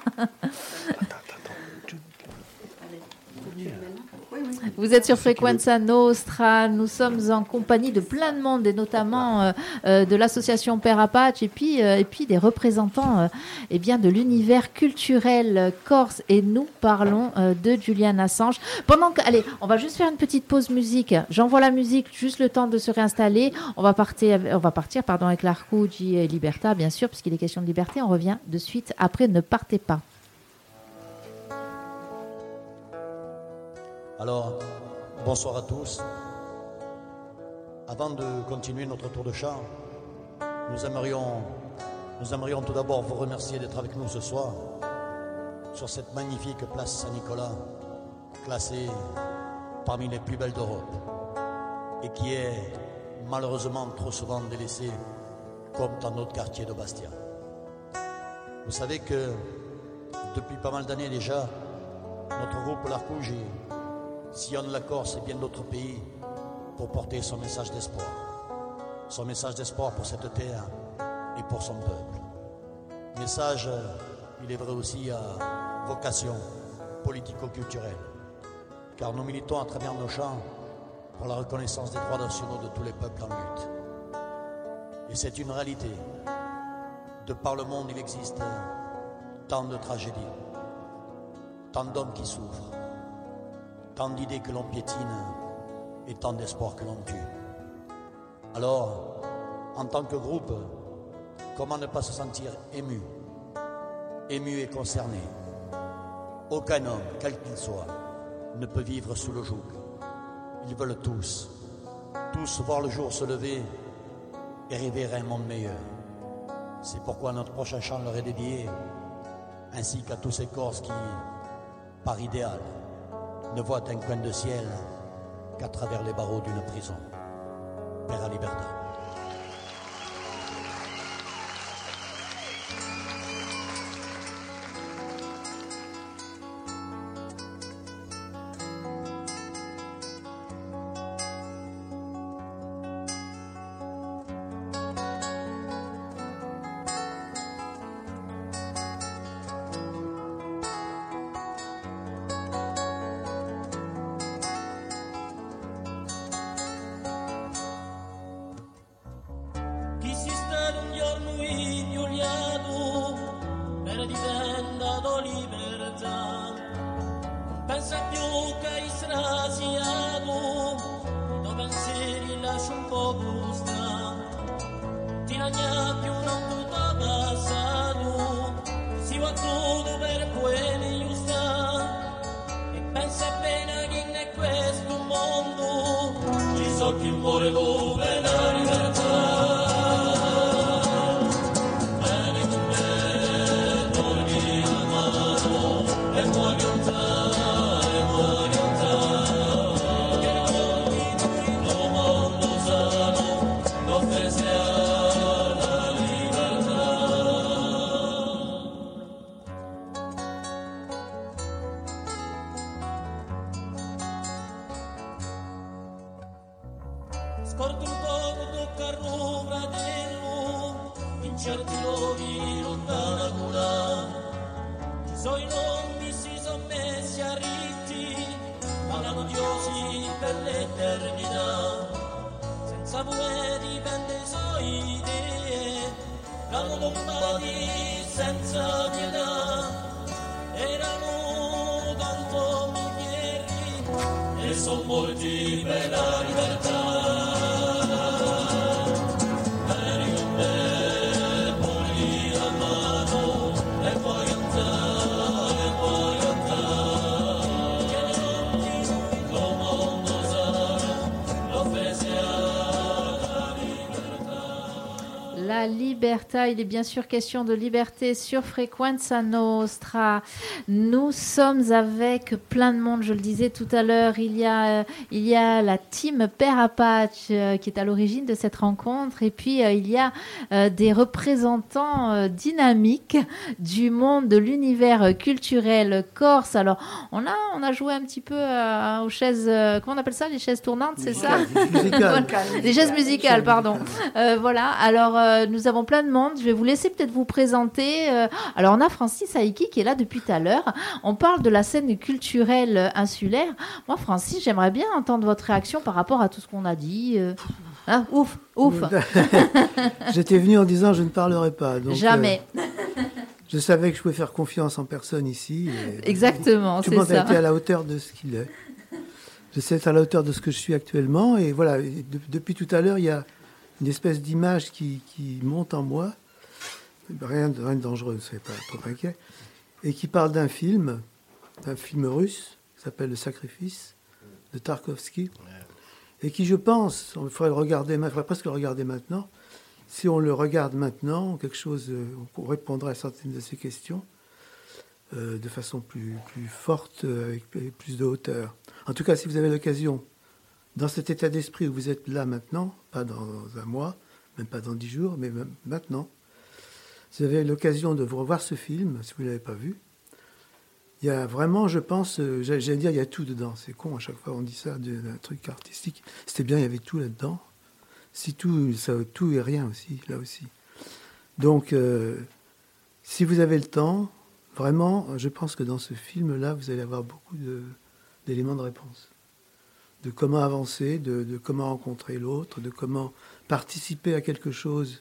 Vous êtes sur Frequenza Nostra. Nous sommes en compagnie de plein de monde et notamment de l'association Père Apache et puis des représentants eh bien de l'univers culturel corse, et nous parlons de Julian Assange. Allez, on va juste faire une petite pause musique. J'envoie la musique, juste le temps de se réinstaller. On va partir avec l'Arcugi et Liberta, bien sûr, puisqu'il est question de liberté. On revient de suite après. Ne partez pas. Alors, bonsoir à tous. Avant de continuer notre tour de chant, nous aimerions tout d'abord vous remercier d'être avec nous ce soir sur cette magnifique place Saint-Nicolas, classée parmi les plus belles d'Europe et qui est malheureusement trop souvent délaissée comme dans notre quartier de Bastia. Vous savez que depuis pas mal d'années déjà, notre groupe l'Arcugi sillonne la Corse et bien d'autres pays pour porter son message d'espoir. Son message d'espoir pour cette terre et pour son peuple. Message, il est vrai aussi à vocation politico-culturelle. Car nous militons à travers nos chants pour la reconnaissance des droits nationaux de tous les peuples en lutte. Et c'est une réalité. De par le monde, il existe tant de tragédies, tant d'hommes qui souffrent, tant d'idées que l'on piétine et tant d'espoir que l'on tue. Alors, en tant que groupe, comment ne pas se sentir ému et concerné? Aucun homme, quel qu'il soit, ne peut vivre sous le joug. Ils veulent tous voir le jour se lever et rêver à un monde meilleur. C'est pourquoi notre prochain chant leur est dédié, ainsi qu'à tous ces Corses qui, par idéal, ne voit un coin de ciel qu'à travers les barreaux d'une prison. Père à Liberta. la Libertà. Il est bien sûr question de liberté sur Frequenza Nostra. Nous sommes avec plein de monde, je le disais tout à l'heure. Il y a la team Père Apache qui est à l'origine de cette rencontre. Et puis, il y a des représentants dynamiques du monde, de l'univers culturel corse. Alors, on a joué un petit peu aux chaises, comment on appelle ça, les chaises tournantes, c'est ça? Les chaises musicales, pardon. Voilà, alors nous avons plein de monde. Je vais vous laisser peut-être vous présenter. Alors, on a Francis Aiki qui est là depuis tout à l'heure. On parle de la scène culturelle insulaire. Moi, Francis, j'aimerais bien entendre votre réaction par rapport à tout ce qu'on a dit. Hein, ouf. J'étais venu en disant je ne parlerai pas. Donc, jamais. Je savais que je pouvais faire confiance en personne ici. Exactement, tout c'est le monde ça. a été à la hauteur de ce qu'il est. Je sais être à la hauteur de ce que je suis actuellement. Et voilà, depuis tout à l'heure, il y a une espèce d'image qui monte en moi. Rien de dangereux, ne soyez pas trop inquiet. Et qui parle d'un film russe, qui s'appelle Le Sacrifice, de Tarkovsky. Et qui, je pense, il faudrait presque le regarder maintenant. Si on le regarde maintenant, on répondra à certaines de ces questions de façon plus forte, avec plus de hauteur. En tout cas, si vous avez l'occasion, dans cet état d'esprit où vous êtes là maintenant, pas dans un mois, même pas dans 10 jours, mais même maintenant, si vous avez l'occasion de vous revoir ce film, si vous ne l'avez pas vu, il y a vraiment, je pense, j'allais dire, il y a tout dedans. C'est con, à chaque fois on dit ça d'un truc artistique. C'était bien, il y avait tout là-dedans. Si tout et rien aussi, là aussi. Donc, si vous avez le temps, vraiment, je pense que dans ce film-là, vous allez avoir beaucoup d'éléments de réponse. De comment avancer, de comment rencontrer l'autre, de comment participer à quelque chose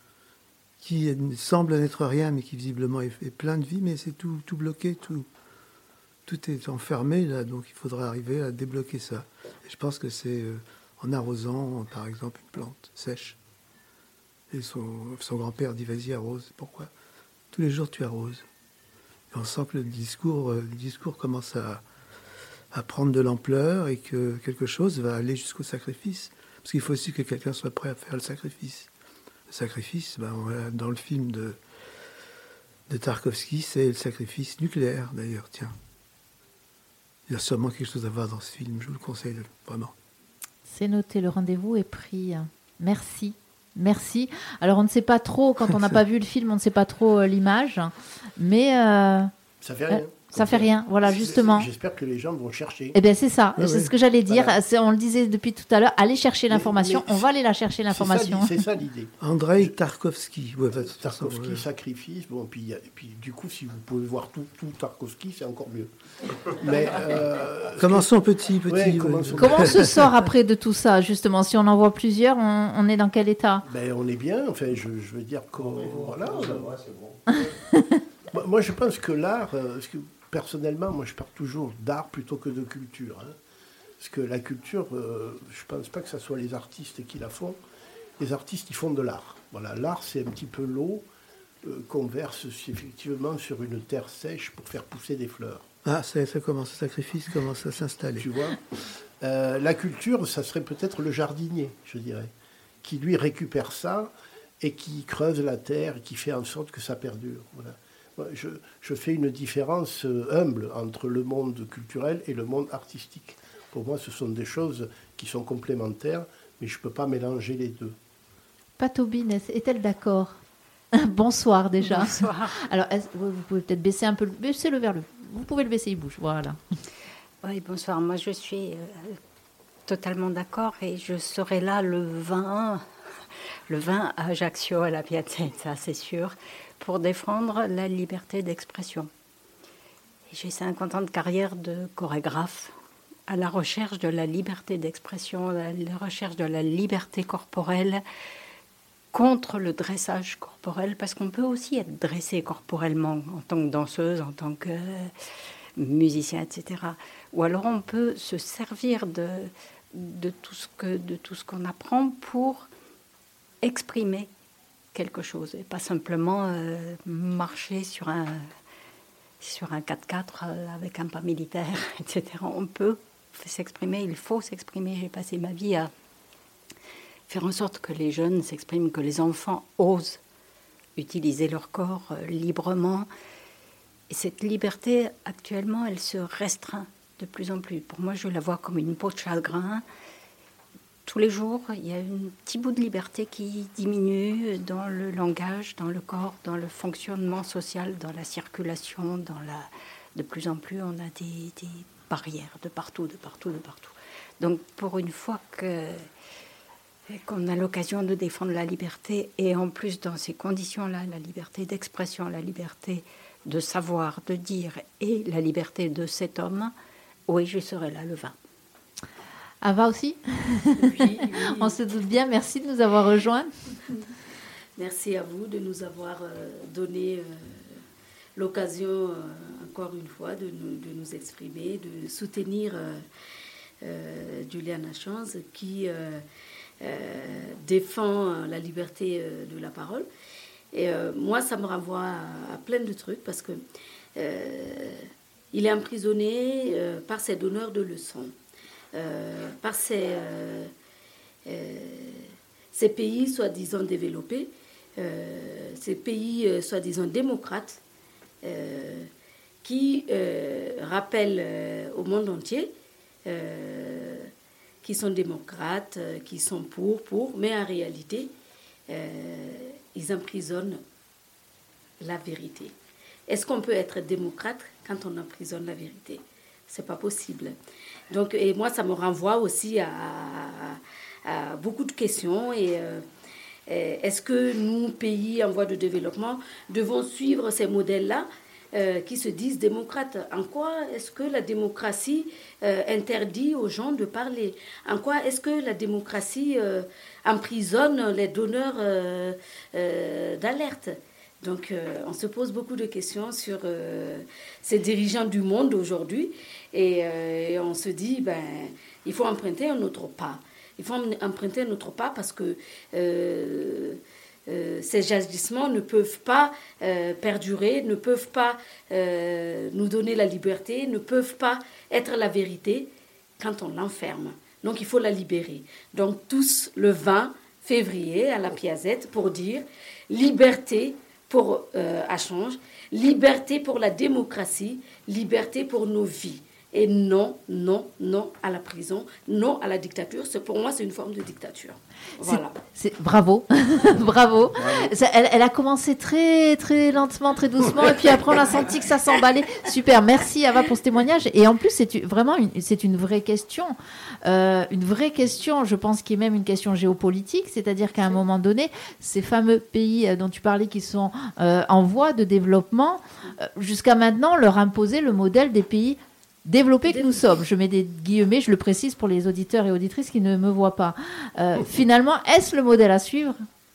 qui semble n'être rien, mais qui visiblement est plein de vie, mais c'est tout bloqué, tout est enfermé, là, donc il faudra arriver à débloquer ça. Et je pense que c'est en arrosant, par exemple, une plante sèche. Et son grand-père dit, vas-y, arrose. Pourquoi? Tous les jours, tu arroses. Et on sent que le discours commence à prendre de l'ampleur et que quelque chose va aller jusqu'au sacrifice. Parce qu'il faut aussi que quelqu'un soit prêt à faire le sacrifice. Le sacrifice, dans le film de Tarkovsky, c'est le sacrifice nucléaire, d'ailleurs, tiens. Il y a sûrement quelque chose à voir dans ce film, je vous le conseille vraiment. C'est noté, le rendez-vous est pris. Merci. Alors, on ne sait pas trop, quand on n'a pas vu le film, on ne sait pas trop l'image, mais... ça fait rien. Ça fait rien, voilà, justement. J'espère que les gens vont chercher. Eh bien, c'est ça, c'est ce que j'allais dire. Voilà. On le disait depuis tout à l'heure, allez chercher l'information, on va aller la chercher, l'information. C'est ça l'idée. Andrei Tarkovsky. Ouais, Tarkovsky, Sacrifice, bon, puis du coup, si vous pouvez voir tout Tarkovsky, c'est encore mieux. Mais, commençons petit. Ouais, comment on se sort après de tout ça, justement? Si on en voit plusieurs, on est dans quel état? On est bien, enfin, je veux dire que... Voilà, c'est bon. Moi, je pense que l'art... Personnellement, moi, je parle toujours d'art plutôt que de culture. Hein. Parce que la culture, je ne pense pas que ce soit les artistes qui la font. Les artistes, ils font de l'art. Voilà, l'art, c'est un petit peu l'eau qu'on verse effectivement sur une terre sèche pour faire pousser des fleurs. Ah, ça commence, le sacrifice commence à s'installer. Tu vois, la culture, ça serait peut-être le jardinier, je dirais, qui lui récupère ça et qui creuse la terre et qui fait en sorte que ça perdure. Voilà. Je fais une différence humble entre le monde culturel et le monde artistique. Pour moi, ce sont des choses qui sont complémentaires, mais je ne peux pas mélanger les deux. Patobine, est-elle d'accord? Bonsoir déjà. Bonsoir. Alors, vous pouvez peut-être baisser un peu, baissez-le vers le... Vous pouvez le baisser, il bouge, voilà. Oui, bonsoir. Moi, je suis totalement d'accord et je serai là le 20 à Ajaccio, à la Piazzetta, c'est sûr, pour défendre la liberté d'expression. J'ai 50 ans de carrière de chorégraphe à la recherche de la liberté d'expression, à la recherche de la liberté corporelle, contre le dressage corporel, parce qu'on peut aussi être dressé corporellement en tant que danseuse, en tant que musicien, etc. Ou alors on peut se servir de tout ce qu'on apprend pour exprimer quelque chose et pas simplement marcher sur un 4x4 avec un pas militaire, etc. On peut s'exprimer, il faut s'exprimer. J'ai passé ma vie faire en sorte que les jeunes s'expriment, que les enfants osent utiliser leur corps librement. Et cette liberté, actuellement, elle se restreint de plus en plus. Pour moi, je la vois comme une peau de chagrin. Tous les jours, il y a un petit bout de liberté qui diminue dans le langage, dans le corps, dans le fonctionnement social, dans la circulation, de plus en plus, on a des barrières de partout. Donc, pour une fois qu'on a l'occasion de défendre la liberté, et en plus, dans ces conditions-là, la liberté d'expression, la liberté de savoir, de dire, et la liberté de cet homme, oui, je serai là le 20. Ava aussi. Oui. On se doute bien. Merci de nous avoir rejoints. Merci à vous de nous avoir donné l'occasion, encore une fois, de nous exprimer, de soutenir Julian Assange qui défend la liberté de la parole. Et moi, ça me renvoie à plein de trucs parce que il est emprisonné par ses donneurs de leçons. Par ces pays soi-disant développés, ces pays soi-disant démocrates, qui rappellent au monde entier qu'ils sont démocrates, qu'ils sont pour, mais en réalité, ils emprisonnent la vérité. Est-ce qu'on peut être démocrate quand on emprisonne la vérité ? C'est pas possible. Donc, et moi, ça me renvoie aussi à beaucoup de questions. Et est-ce que nous, pays en voie de développement, devons suivre ces modèles-là qui se disent démocrates? En quoi est-ce que la démocratie interdit aux gens de parler? En quoi est-ce que la démocratie emprisonne les donneurs d'alerte? Donc, on se pose beaucoup de questions sur ces dirigeants du monde aujourd'hui et on se dit, il faut emprunter un autre pas. Il faut emprunter un autre pas parce que ces agissements ne peuvent pas perdurer, ne peuvent pas nous donner la liberté, ne peuvent pas être la vérité quand on l'enferme. Donc, il faut la libérer. Donc, tous le 20 février à la Piazzette pour dire liberté pour Assange, liberté pour la démocratie, liberté pour nos vies. Et non, non, non à la prison, non à la dictature. Pour moi, c'est une forme de dictature. Voilà. Bravo, bravo. Elle a commencé très, très lentement, très doucement, et puis après on a senti que ça s'emballait. Super, merci Ava pour ce témoignage. Et en plus, c'est une vraie question. Une vraie question, je pense, qui est même une question géopolitique, c'est-à-dire qu'à un moment donné, ces fameux pays dont tu parlais qui sont en voie de développement, jusqu'à maintenant, leur imposer le modèle des pays développés que nous sommes. Je mets des guillemets, je le précise pour les auditeurs et auditrices qui ne me voient pas. Finalement, est-ce le modèle à suivre ?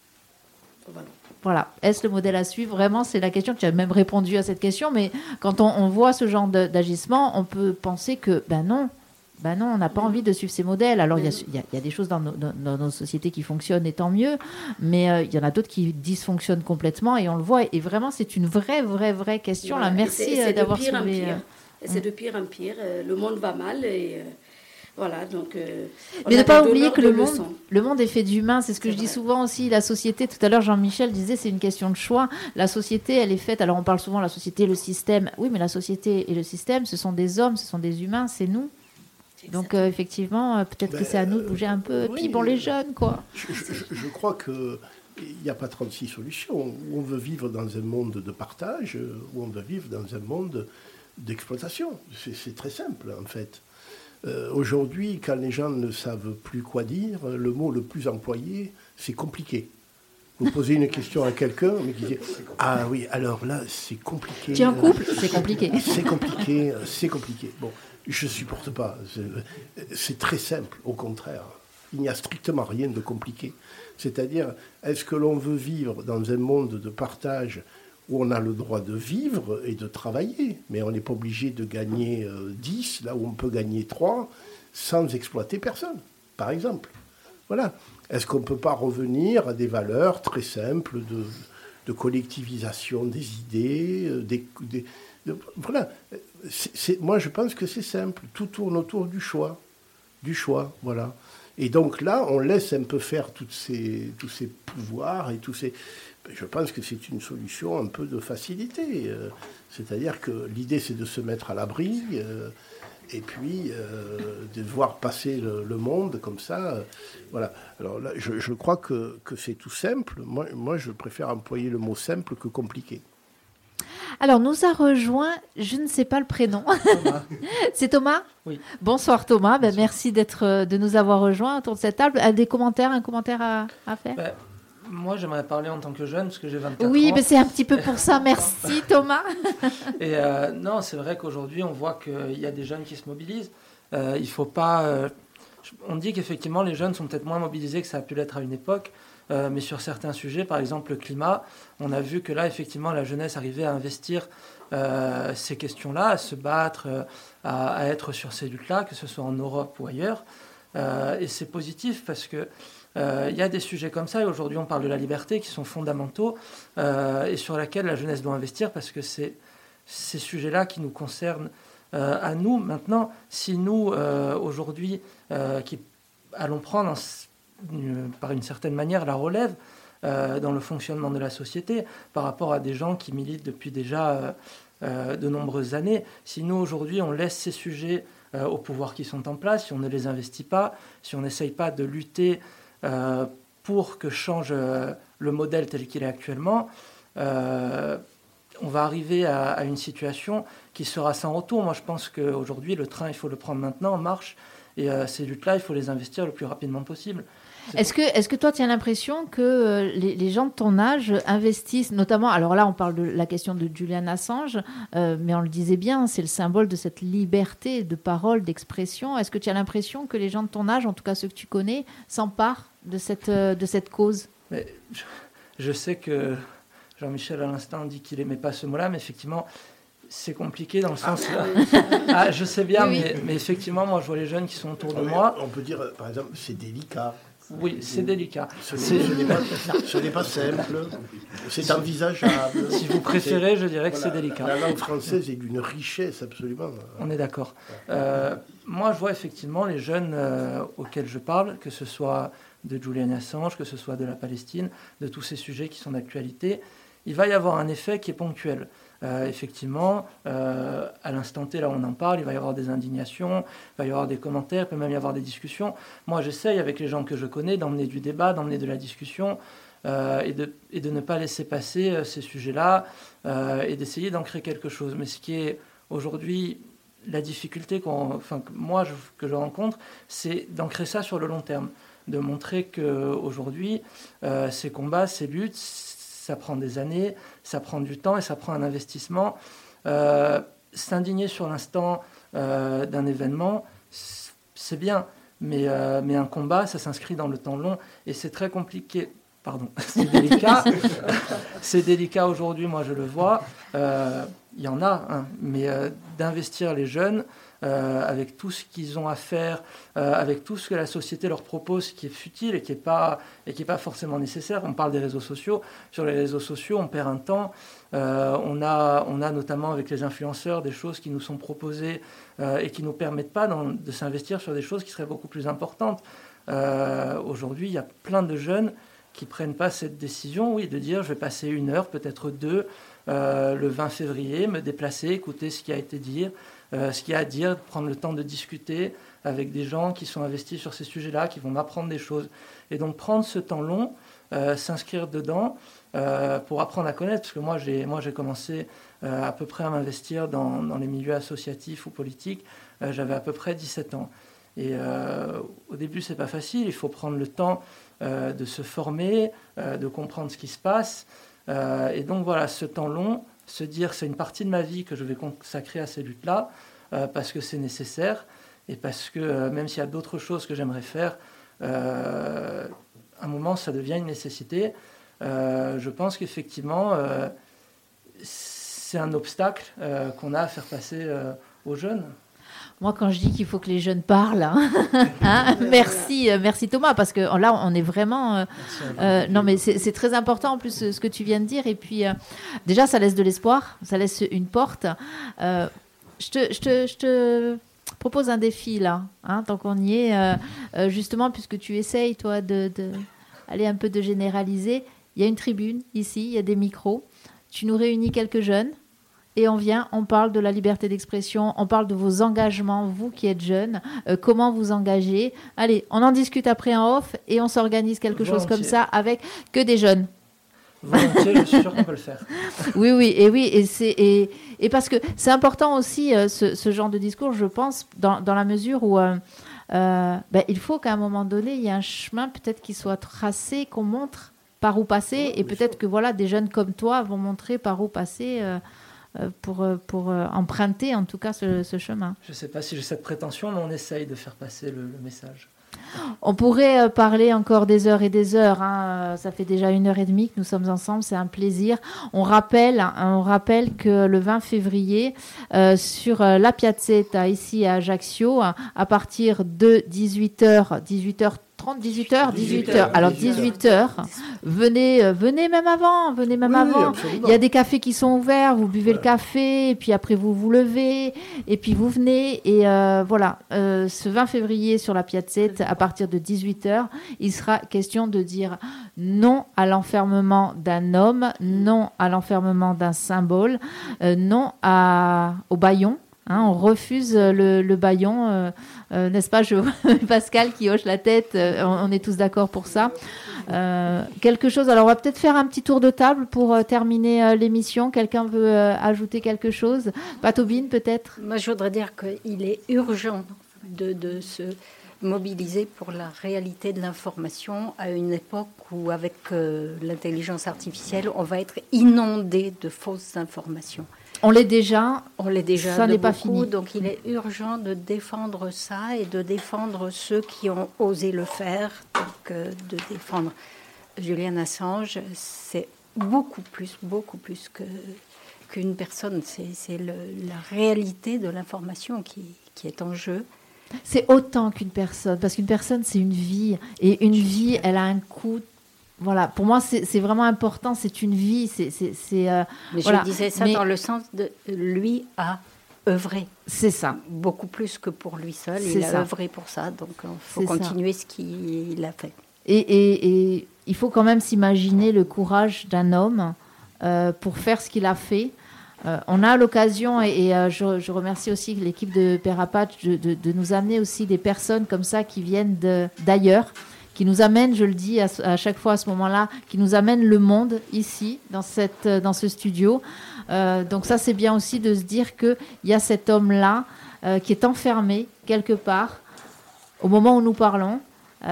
Voilà. Est-ce le modèle à suivre ? Vraiment, c'est la question. Tu as même répondu à cette question, mais quand on voit ce genre d'agissement, on peut penser que, non, on n'a pas envie de suivre ces modèles. Alors, il y a des choses dans nos sociétés qui fonctionnent, et tant mieux, mais il y en a d'autres qui dysfonctionnent complètement, et on le voit. Et vraiment, c'est une vraie question. Voilà. Là, merci d'avoir soulevé... Et c'est de pire en pire. Le monde va mal et voilà. Donc, mais ne pas oublier que le monde est fait d'humains. C'est ce que je dis souvent aussi. La société, tout à l'heure, Jean-Michel disait, c'est une question de choix. La société, elle est faite. Alors, on parle souvent de la société, le système. Oui, mais la société et le système, ce sont des hommes, ce sont des humains, c'est nous. Donc, effectivement, peut-être que c'est à nous de bouger un peu. Oui, puis, bon, les jeunes, quoi. Je crois qu'il n'y a pas 36 solutions. On veut vivre dans un monde de partage ou on veut vivre dans un monde d'exploitation. C'est très simple, en fait. Aujourd'hui, quand les gens ne savent plus quoi dire, le mot le plus employé, c'est compliqué. Vous posez une question à quelqu'un, mais qui dit « Ah oui, alors là, c'est compliqué. » Tu es en couple ? C'est compliqué. C'est compliqué. Bon, je ne supporte pas. C'est très simple, au contraire. Il n'y a strictement rien de compliqué. C'est-à-dire, est-ce que l'on veut vivre dans un monde de partage où on a le droit de vivre et de travailler, mais on n'est pas obligé de gagner 10, là où on peut gagner 3, sans exploiter personne, par exemple. Voilà. Est-ce qu'on ne peut pas revenir à des valeurs très simples de collectivisation des idées voilà. Moi, je pense que c'est simple. Tout tourne autour du choix. Voilà. Et donc là, on laisse un peu faire tous ces pouvoirs et tous ces... Je pense que c'est une solution un peu de facilité. C'est-à-dire que l'idée, c'est de se mettre à l'abri et puis de voir passer le monde comme ça. Voilà. Alors là, je crois que c'est tout simple. Moi, je préfère employer le mot simple que compliqué. Alors, nous a rejoint, je ne sais pas le prénom. Thomas. C'est Thomas ? Oui. Bonsoir Thomas, merci de nous avoir rejoints autour de cette table. Un commentaire à faire ? Moi, j'aimerais parler en tant que jeune, parce que j'ai 24 ans. Oui, mais c'est un petit peu pour ça. Merci Thomas. Et non, c'est vrai qu'aujourd'hui, on voit qu'il y a des jeunes qui se mobilisent. Il faut pas... on dit qu'effectivement, les jeunes sont peut-être moins mobilisés que ça a pu l'être à une époque. Mais sur certains sujets, par exemple le climat, on a vu que là, effectivement, la jeunesse arrivait à investir ces questions-là, à se battre, à être sur ces luttes-là, que ce soit en Europe ou ailleurs. Et c'est positif parce que il y a des sujets comme ça, et aujourd'hui on parle de la liberté, qui sont fondamentaux, et sur lesquels la jeunesse doit investir, parce que c'est ces sujets-là qui nous concernent à nous. Maintenant, si nous, aujourd'hui, qui allons prendre par une certaine manière la relève dans le fonctionnement de la société par rapport à des gens qui militent depuis déjà de nombreuses années. Si nous aujourd'hui on laisse ces sujets aux pouvoirs qui sont en place, si on ne les investit pas, si on n'essaye pas de lutter pour que change le modèle tel qu'il est actuellement, on va arriver à une situation qui sera sans retour. Moi je pense qu'aujourd'hui le train il faut le prendre maintenant en marche, et ces luttes-là il faut les investir le plus rapidement possible. Est-ce que toi, tu as l'impression que les gens de ton âge investissent, notamment, alors là, on parle de la question de Julian Assange, mais on le disait bien, c'est le symbole de cette liberté de parole, d'expression. Est-ce que tu as l'impression que les gens de ton âge, en tout cas ceux que tu connais, s'emparent de cette cause ? Mais je sais que Jean-Michel, à l'instant, dit qu'il n'aimait pas ce mot-là, mais effectivement... C'est compliqué dans le sens... je sais bien, oui. mais effectivement, moi, je vois les jeunes qui sont autour de moi. On peut dire, par exemple, c'est délicat. Oui, c'est délicat. Ce n'est pas simple. C'est envisageable. Si vous préférez, je dirais que c'est délicat. La langue française est d'une richesse, absolument. On est d'accord. Moi, je vois effectivement les jeunes auxquels je parle, que ce soit de Julian Assange, que ce soit de la Palestine, de tous ces sujets qui sont d'actualité. Il va y avoir un effet qui est ponctuel. Effectivement, à l'instant T, là où on en parle, il va y avoir des indignations, il va y avoir des commentaires, il peut même y avoir des discussions. Moi, j'essaye, avec les gens que je connais, d'emmener du débat, d'emmener de la discussion, et de ne pas laisser passer ces sujets-là, et d'essayer d'en créer quelque chose. Mais ce qui est aujourd'hui la difficulté que je rencontre, c'est d'ancrer ça sur le long terme, de montrer qu'aujourd'hui, ces combats, ces luttes, ça prend des années, ça prend du temps et ça prend un investissement. S'indigner sur l'instant d'un événement, c'est bien, mais un combat, ça s'inscrit dans le temps long et c'est très compliqué. Pardon, c'est délicat. C'est délicat aujourd'hui, moi je le vois. Il y en a, mais d'investir les jeunes avec tout ce qu'ils ont à faire, avec tout ce que la société leur propose, qui est futile et qui est pas forcément nécessaire. On parle des réseaux sociaux. Sur les réseaux sociaux, on perd un temps. On a notamment avec les influenceurs des choses qui nous sont proposées et qui nous permettent pas de s'investir sur des choses qui seraient beaucoup plus importantes. Aujourd'hui, il y a plein de jeunes qui prennent pas cette décision, de dire je vais passer 1 heure, peut-être 2, le 20 février, me déplacer, écouter ce qui a été dit, ce qu'il y a à dire, prendre le temps de discuter avec des gens qui sont investis sur ces sujets-là, qui vont m'apprendre des choses. Et donc prendre ce temps long, s'inscrire dedans pour apprendre à connaître, parce que moi j'ai commencé à peu près à m'investir dans les milieux associatifs ou politiques, j'avais à peu près 17 ans. Et au début, c'est pas facile, il faut prendre le temps de se former, de comprendre ce qui se passe. Et donc voilà, ce temps long, se dire c'est une partie de ma vie que je vais consacrer à ces luttes-là, parce que c'est nécessaire, et parce que même s'il y a d'autres choses que j'aimerais faire, à un moment, ça devient une nécessité. Je pense qu'effectivement, c'est un obstacle qu'on a à faire passer aux jeunes. Moi, quand je dis qu'il faut que les jeunes parlent, merci Thomas, parce que là, on est vraiment... non, mais c'est très important, en plus, ce que tu viens de dire. Et puis, déjà, ça laisse de l'espoir, ça laisse une porte. Je te propose un défi là, hein, tant qu'on y est, justement, puisque tu essayes, toi, de aller un peu de généraliser. Il y a une tribune ici, il y a des micros. Tu nous réunis quelques jeunes et on parle de la liberté d'expression, on parle de vos engagements, vous qui êtes jeunes, comment vous engagez. Allez, on en discute après en off et on s'organise quelque chose comme ça avec que des jeunes. Volontiers, je suis sûr qu'on peut le faire. Oui, et parce que c'est important aussi ce genre de discours, je pense, dans la mesure où il faut qu'à un moment donné, il y ait un chemin peut-être qui soit tracé, qu'on montre par où passer, et peut-être que voilà, des jeunes comme toi vont montrer par où passer pour emprunter en tout cas ce chemin. Je ne sais pas si j'ai cette prétention, mais on essaye de faire passer le message. On pourrait parler encore des heures et des heures. Hein. Ça fait déjà 1h30 que nous sommes ensemble. C'est un plaisir. On rappelle que le 20 février, sur la Piazzetta, ici à Ajaccio, à partir de 18h, 18h30, 18h. Alors 18h, venez même avant, avant. Il y a des cafés qui sont ouverts, vous buvez le café, et puis après vous vous levez, et puis vous venez. Et voilà, ce 20 février sur la Piazzetta, à partir de 18h, il sera question de dire non à l'enfermement d'un homme, non à l'enfermement d'un symbole, non au bâillon. Hein, on refuse le bâillon, n'est-ce pas, Pascal qui hoche la tête, on est tous d'accord pour ça. Quelque chose, alors on va peut-être faire un petit tour de table pour terminer l'émission. Quelqu'un veut ajouter quelque chose? Patobine peut-être? Moi je voudrais dire qu'il est urgent de se mobiliser pour la réalité de l'information à une époque où avec l'intelligence artificielle on va être inondé de fausses informations. On l'est déjà. Ça n'est pas fini. Donc il est urgent de défendre ça et de défendre ceux qui ont osé le faire. Donc de défendre Julian Assange, c'est beaucoup plus qu'une personne. C'est la réalité de l'information qui est en jeu. C'est autant qu'une personne, parce qu'une personne, c'est une vie. Et une vie, elle a un coût. Voilà, pour moi, c'est vraiment important. C'est une vie. Mais voilà. Je disais ça dans le sens de lui a œuvré. C'est ça. Beaucoup plus que pour lui seul. Il a œuvré pour ça. Donc, il faut continuer ce qu'il a fait. Et il faut quand même s'imaginer le courage d'un homme pour faire ce qu'il a fait. On a l'occasion, et je remercie aussi l'équipe de Père Apache de nous amener aussi des personnes comme ça qui viennent d'ailleurs, qui nous amènent, je le dis à chaque fois à ce moment-là, qui nous amènent le monde ici, dans ce studio. Donc ça, c'est bien aussi de se dire qu'il y a cet homme-là qui est enfermé quelque part au moment où nous parlons.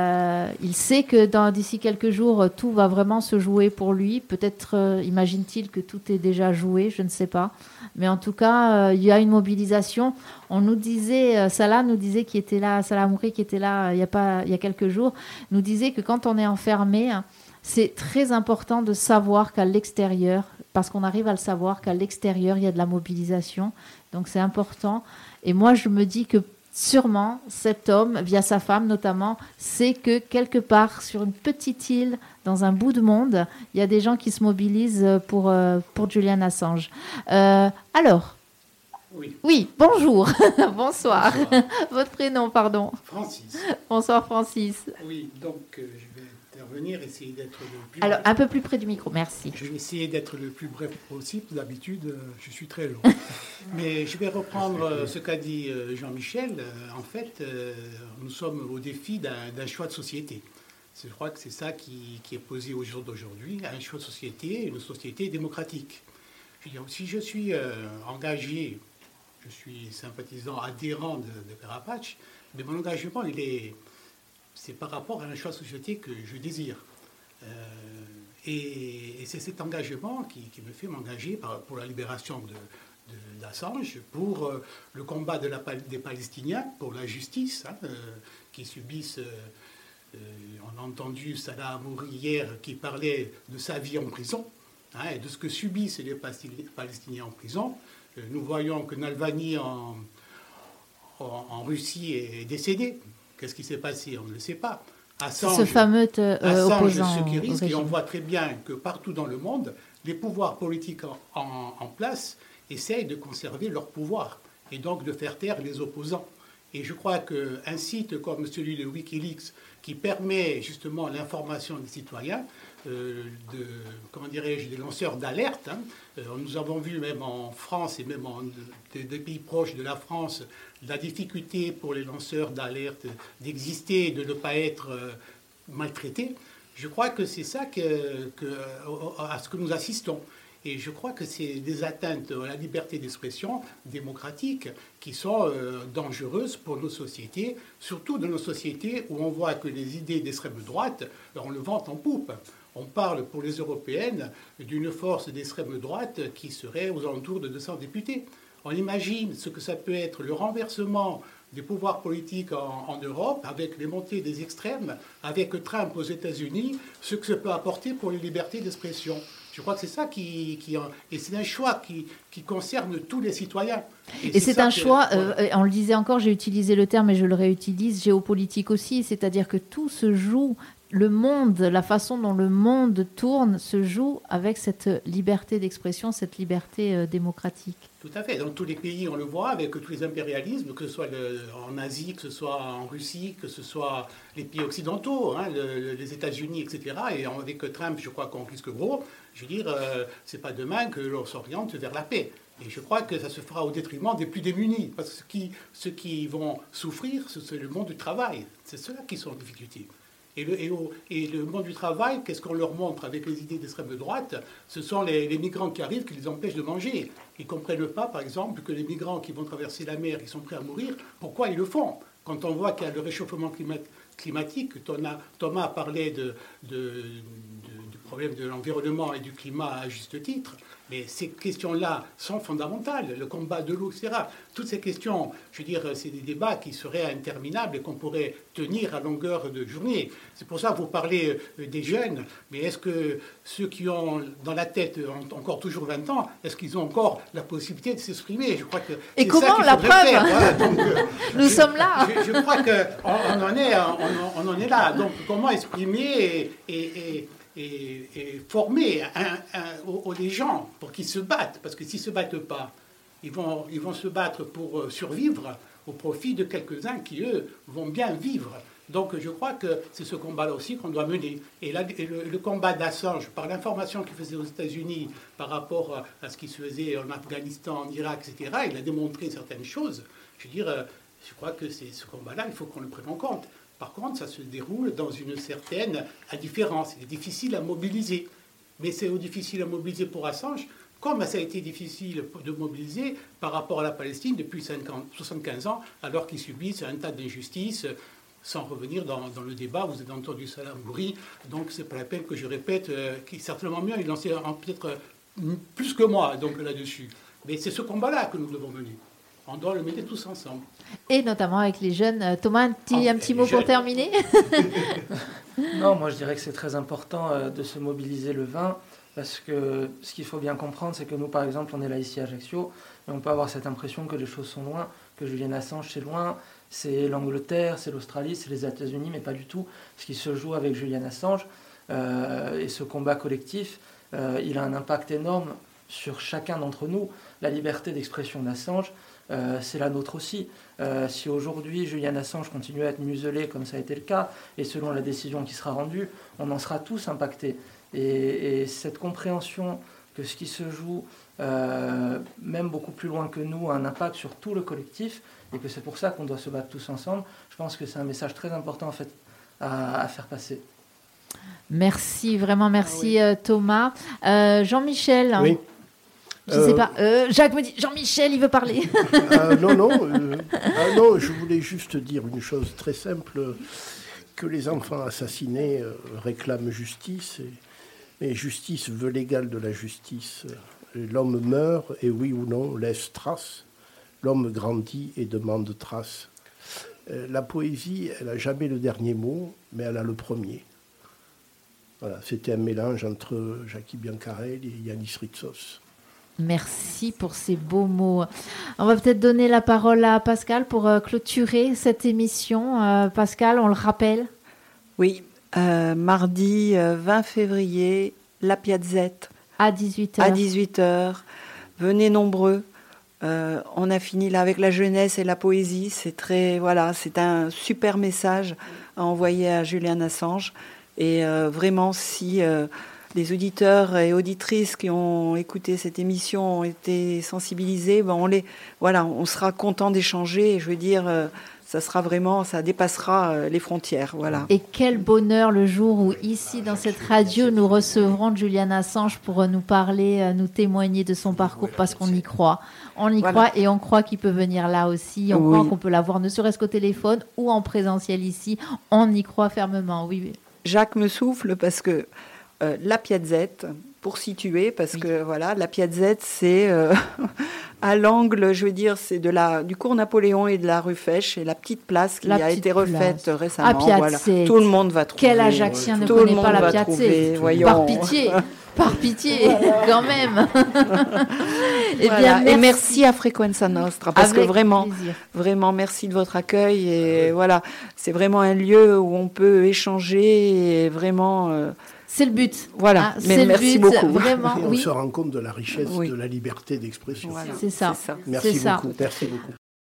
Il sait que d'ici quelques jours, tout va vraiment se jouer pour lui. Peut-être imagine-t-il que tout est déjà joué, je ne sais pas. Mais en tout cas, il y a une mobilisation. On nous disait, Salah nous disait qui était là, Salah Amouri qui était là il y a quelques jours, nous disait que quand on est enfermé, c'est très important de savoir qu'à l'extérieur, parce qu'on arrive à le savoir, qu'à l'extérieur, il y a de la mobilisation. Donc c'est important. Et moi, je me dis que sûrement, cet homme, via sa femme notamment, sait que quelque part, sur une petite île, dans un bout de monde, il y a des gens qui se mobilisent pour Julian Assange. Alors, oui, bonjour, bonsoir. Votre prénom, pardon. Francis. Bonsoir, Francis. Oui, donc je vais intervenir, essayer d'être le plus... Alors, un peu plus près du micro, merci. Je vais essayer d'être le plus bref possible. D'habitude, je suis très long. Mais je vais reprendre ce qu'a dit Jean-Michel. En fait, nous sommes au défi d'un choix de société. Je crois que c'est ça qui est posé au jour d'aujourd'hui, un choix de société, une société démocratique. Je veux dire, si je suis engagé, je suis sympathisant, adhérent de Père Apache, mais mon engagement, c'est par rapport à un choix de société que je désire. Et c'est cet engagement qui me fait m'engager pour la libération d'Assange, pour le combat des Palestiniens, pour la justice, qui subissent... on a entendu Salah Amouri hier qui parlait de sa vie en prison, et de ce que subissent les Palestiniens en prison. Nous voyons que Navalny en Russie est décédé. Qu'est-ce qui s'est passé? On ne le sait pas. Assange, ce fameux opposant ce qui risque, et on voit très bien que partout dans le monde, les pouvoirs politiques en place essayent de conserver leur pouvoir et donc de faire taire les opposants. Et je crois qu'un site comme celui de Wikileaks, qui permet justement l'information des citoyens, des lanceurs d'alerte. Nous avons vu même en France et même des pays proches de la France la difficulté pour les lanceurs d'alerte d'exister et de ne pas être maltraités. Je crois que c'est ça à ce que nous assistons. Et je crois que c'est des atteintes à la liberté d'expression démocratique qui sont dangereuses pour nos sociétés, surtout dans nos sociétés où on voit que les idées d'extrême droite, on le vante en poupe. On parle pour les européennes d'une force d'extrême droite qui serait aux alentours de 200 députés. On imagine ce que ça peut être le renversement des pouvoirs politiques en Europe, avec les montées des extrêmes, avec Trump aux États-Unis, ce que ça peut apporter pour les libertés d'expression. Je crois que c'est ça et c'est un choix qui concerne tous les citoyens. Et c'est un choix, on le disait encore, j'ai utilisé le terme et je le réutilise, géopolitique aussi, c'est-à-dire que tout se joue, le monde, la façon dont le monde tourne se joue avec cette liberté d'expression, cette liberté démocratique. Tout à fait. Dans tous les pays, on le voit, avec tous les impérialismes, que ce soit en Asie, que ce soit en Russie, que ce soit les pays occidentaux, les États-Unis, etc. Et avec Trump, je crois qu'on risque gros. Je veux dire, c'est pas demain que l'on s'oriente vers la paix. Et je crois que ça se fera au détriment des plus démunis. Parce que ceux qui vont souffrir, c'est le monde du travail. C'est ceux-là qui sont en difficulté. Et le monde du travail, qu'est-ce qu'on leur montre avec les idées d'extrême droite? Ce sont les migrants qui arrivent qui les empêchent de manger. Ils ne comprennent pas, par exemple, que les migrants qui vont traverser la mer, qui sont prêts à mourir, pourquoi ils le font? Quand on voit qu'il y a le réchauffement climatique, Thomas parlait du problème de l'environnement et du climat à juste titre, mais ces questions-là sont fondamentales, le combat de l'eau, etc. Toutes ces questions, je veux dire, c'est des débats qui seraient interminables et qu'on pourrait tenir à longueur de journée. C'est pour ça que vous parlez des jeunes, mais est-ce que ceux qui ont dans la tête encore toujours 20 ans, est-ce qu'ils ont encore la possibilité de s'exprimer? Je crois que et comment la preuve voilà, donc, nous sommes là. Je crois qu'on en est là. Donc comment exprimer et former les gens pour qu'ils se battent, parce que s'ils ne se battent pas, ils vont se battre pour survivre au profit de quelques-uns qui, eux, vont bien vivre. Donc je crois que c'est ce combat-là aussi qu'on doit mener. Et le combat d'Assange, par l'information qu'il faisait aux États-Unis par rapport à ce qui se faisait en Afghanistan, en Irak, etc., il a démontré certaines choses. Je veux dire, je crois que c'est ce combat-là, il faut qu'on le prenne en compte. Par contre, ça se déroule dans une certaine indifférence. Il est difficile à mobiliser. Mais c'est difficile à mobiliser pour Assange, comme ça a été difficile de mobiliser par rapport à la Palestine depuis 75 ans, alors qu'ils subissent un tas d'injustices. Sans revenir dans le débat, vous avez entendu Salah Mhouri, donc c'est pas la peine que je répète, qui est certainement mieux, il en sait peut-être plus que moi donc là-dessus. Mais c'est ce combat-là que nous devons mener. On doit le mettre tous ensemble. Et notamment avec les jeunes. Thomas, un petit mot pour terminer. Non, moi je dirais que c'est très important de se mobiliser le 20, parce que ce qu'il faut bien comprendre, c'est que nous, par exemple, on est là ici à Ajaccio, et on peut avoir cette impression que les choses sont loin, que Julian Assange c'est loin, c'est l'Angleterre, c'est l'Australie, c'est les États-Unis, mais pas du tout. Ce qui se joue avec Julian Assange et ce combat collectif, il a un impact énorme sur chacun d'entre nous. La liberté d'expression d'Assange, c'est la nôtre aussi. Si aujourd'hui Julian Assange continue à être muselé comme ça a été le cas, et selon la décision qui sera rendue, on en sera tous impactés. Et cette compréhension que ce qui se joue, même beaucoup plus loin que nous, a un impact sur tout le collectif, et que c'est pour ça qu'on doit se battre tous ensemble, je pense que c'est un message très important en fait à faire passer. Merci, vraiment merci Thomas. Jean-Michel. Oui. Je ne sais pas. Jacques me dit, Jean-Michel, il veut parler. Non, je voulais juste dire une chose très simple, que les enfants assassinés réclament justice, mais justice veut l'égal de la justice. L'homme meurt et oui ou non laisse trace. L'homme grandit et demande trace. La poésie, elle n'a jamais le dernier mot, mais elle a le premier. Voilà, c'était un mélange entre Jackie Biancarel et Yanis Ritsos. Merci pour ces beaux mots. On va peut-être donner la parole à Pascal pour clôturer cette émission. Pascal, on le rappelle. Oui, mardi 20 février, La Piazzette. À 18h. À 18h. Venez nombreux. On a fini là avec la jeunesse et la poésie. C'est un super message à envoyer à Julian Assange. Et vraiment, si les auditeurs et auditrices qui ont écouté cette émission ont été sensibilisés, on sera content d'échanger. Et je veux dire, ça dépassera les frontières. Voilà. Et quel bonheur le jour où ici, dans cette radio, nous recevrons Julian Assange pour nous parler, nous témoigner de son parcours, parce qu'on y croit. On y croit et on croit qu'il peut venir là aussi. On croit qu'on peut l'avoir ne serait-ce qu'au téléphone ou en présentiel ici. On y croit fermement, oui. Jacques me souffle parce que la Piazzette, pour situer, parce que la Piazzette, c'est à l'angle, je veux dire, c'est du cours Napoléon et de la rue Fèche, et la petite place qui a été refaite récemment. Tout le monde va trouver. Quel Ajaxien ne connaît pas la Piazzette? Par pitié. Par pitié, quand même. Et merci à Frequenza Nostra, parce que vraiment, merci de votre accueil. Et c'est vraiment un lieu où on peut échanger et vraiment... c'est le but. Voilà, merci beaucoup. Vraiment, et on se rend compte de la richesse de la liberté d'expression. Voilà. C'est ça. Merci beaucoup. Merci beaucoup.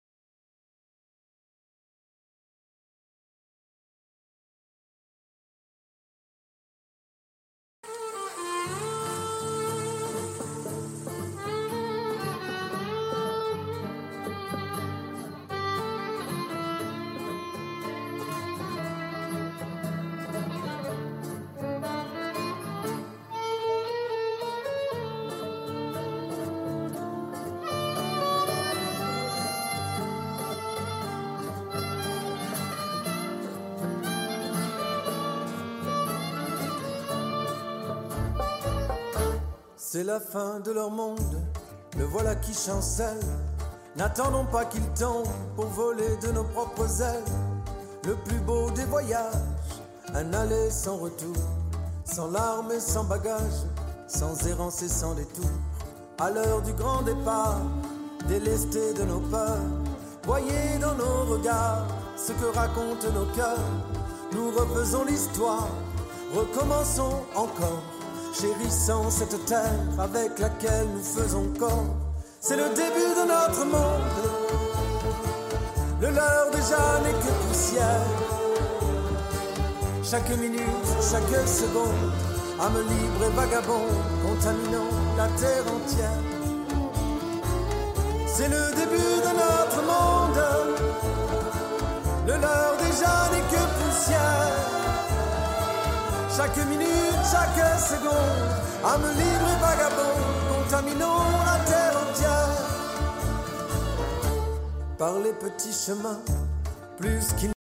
C'est la fin de leur monde, le voilà qui chancelle. N'attendons pas qu'il tombe pour voler de nos propres ailes. Le plus beau des voyages, un aller sans retour, sans larmes et sans bagages, sans errance et sans détour. À l'heure du grand départ, délestés de nos peurs, voyez dans nos regards ce que racontent nos cœurs. Nous refaisons l'histoire, recommençons encore, chérissant cette terre avec laquelle nous faisons corps. C'est le début de notre monde, le leur déjà n'est que poussière. Chaque minute, chaque seconde, âme libre et vagabond, contaminant la terre entière. C'est le début de notre monde, le leur déjà n'est que poussière. Chaque minute, chaque seconde, âme libre et vagabond, contaminons la terre entière. Par les petits chemins, plus qu'il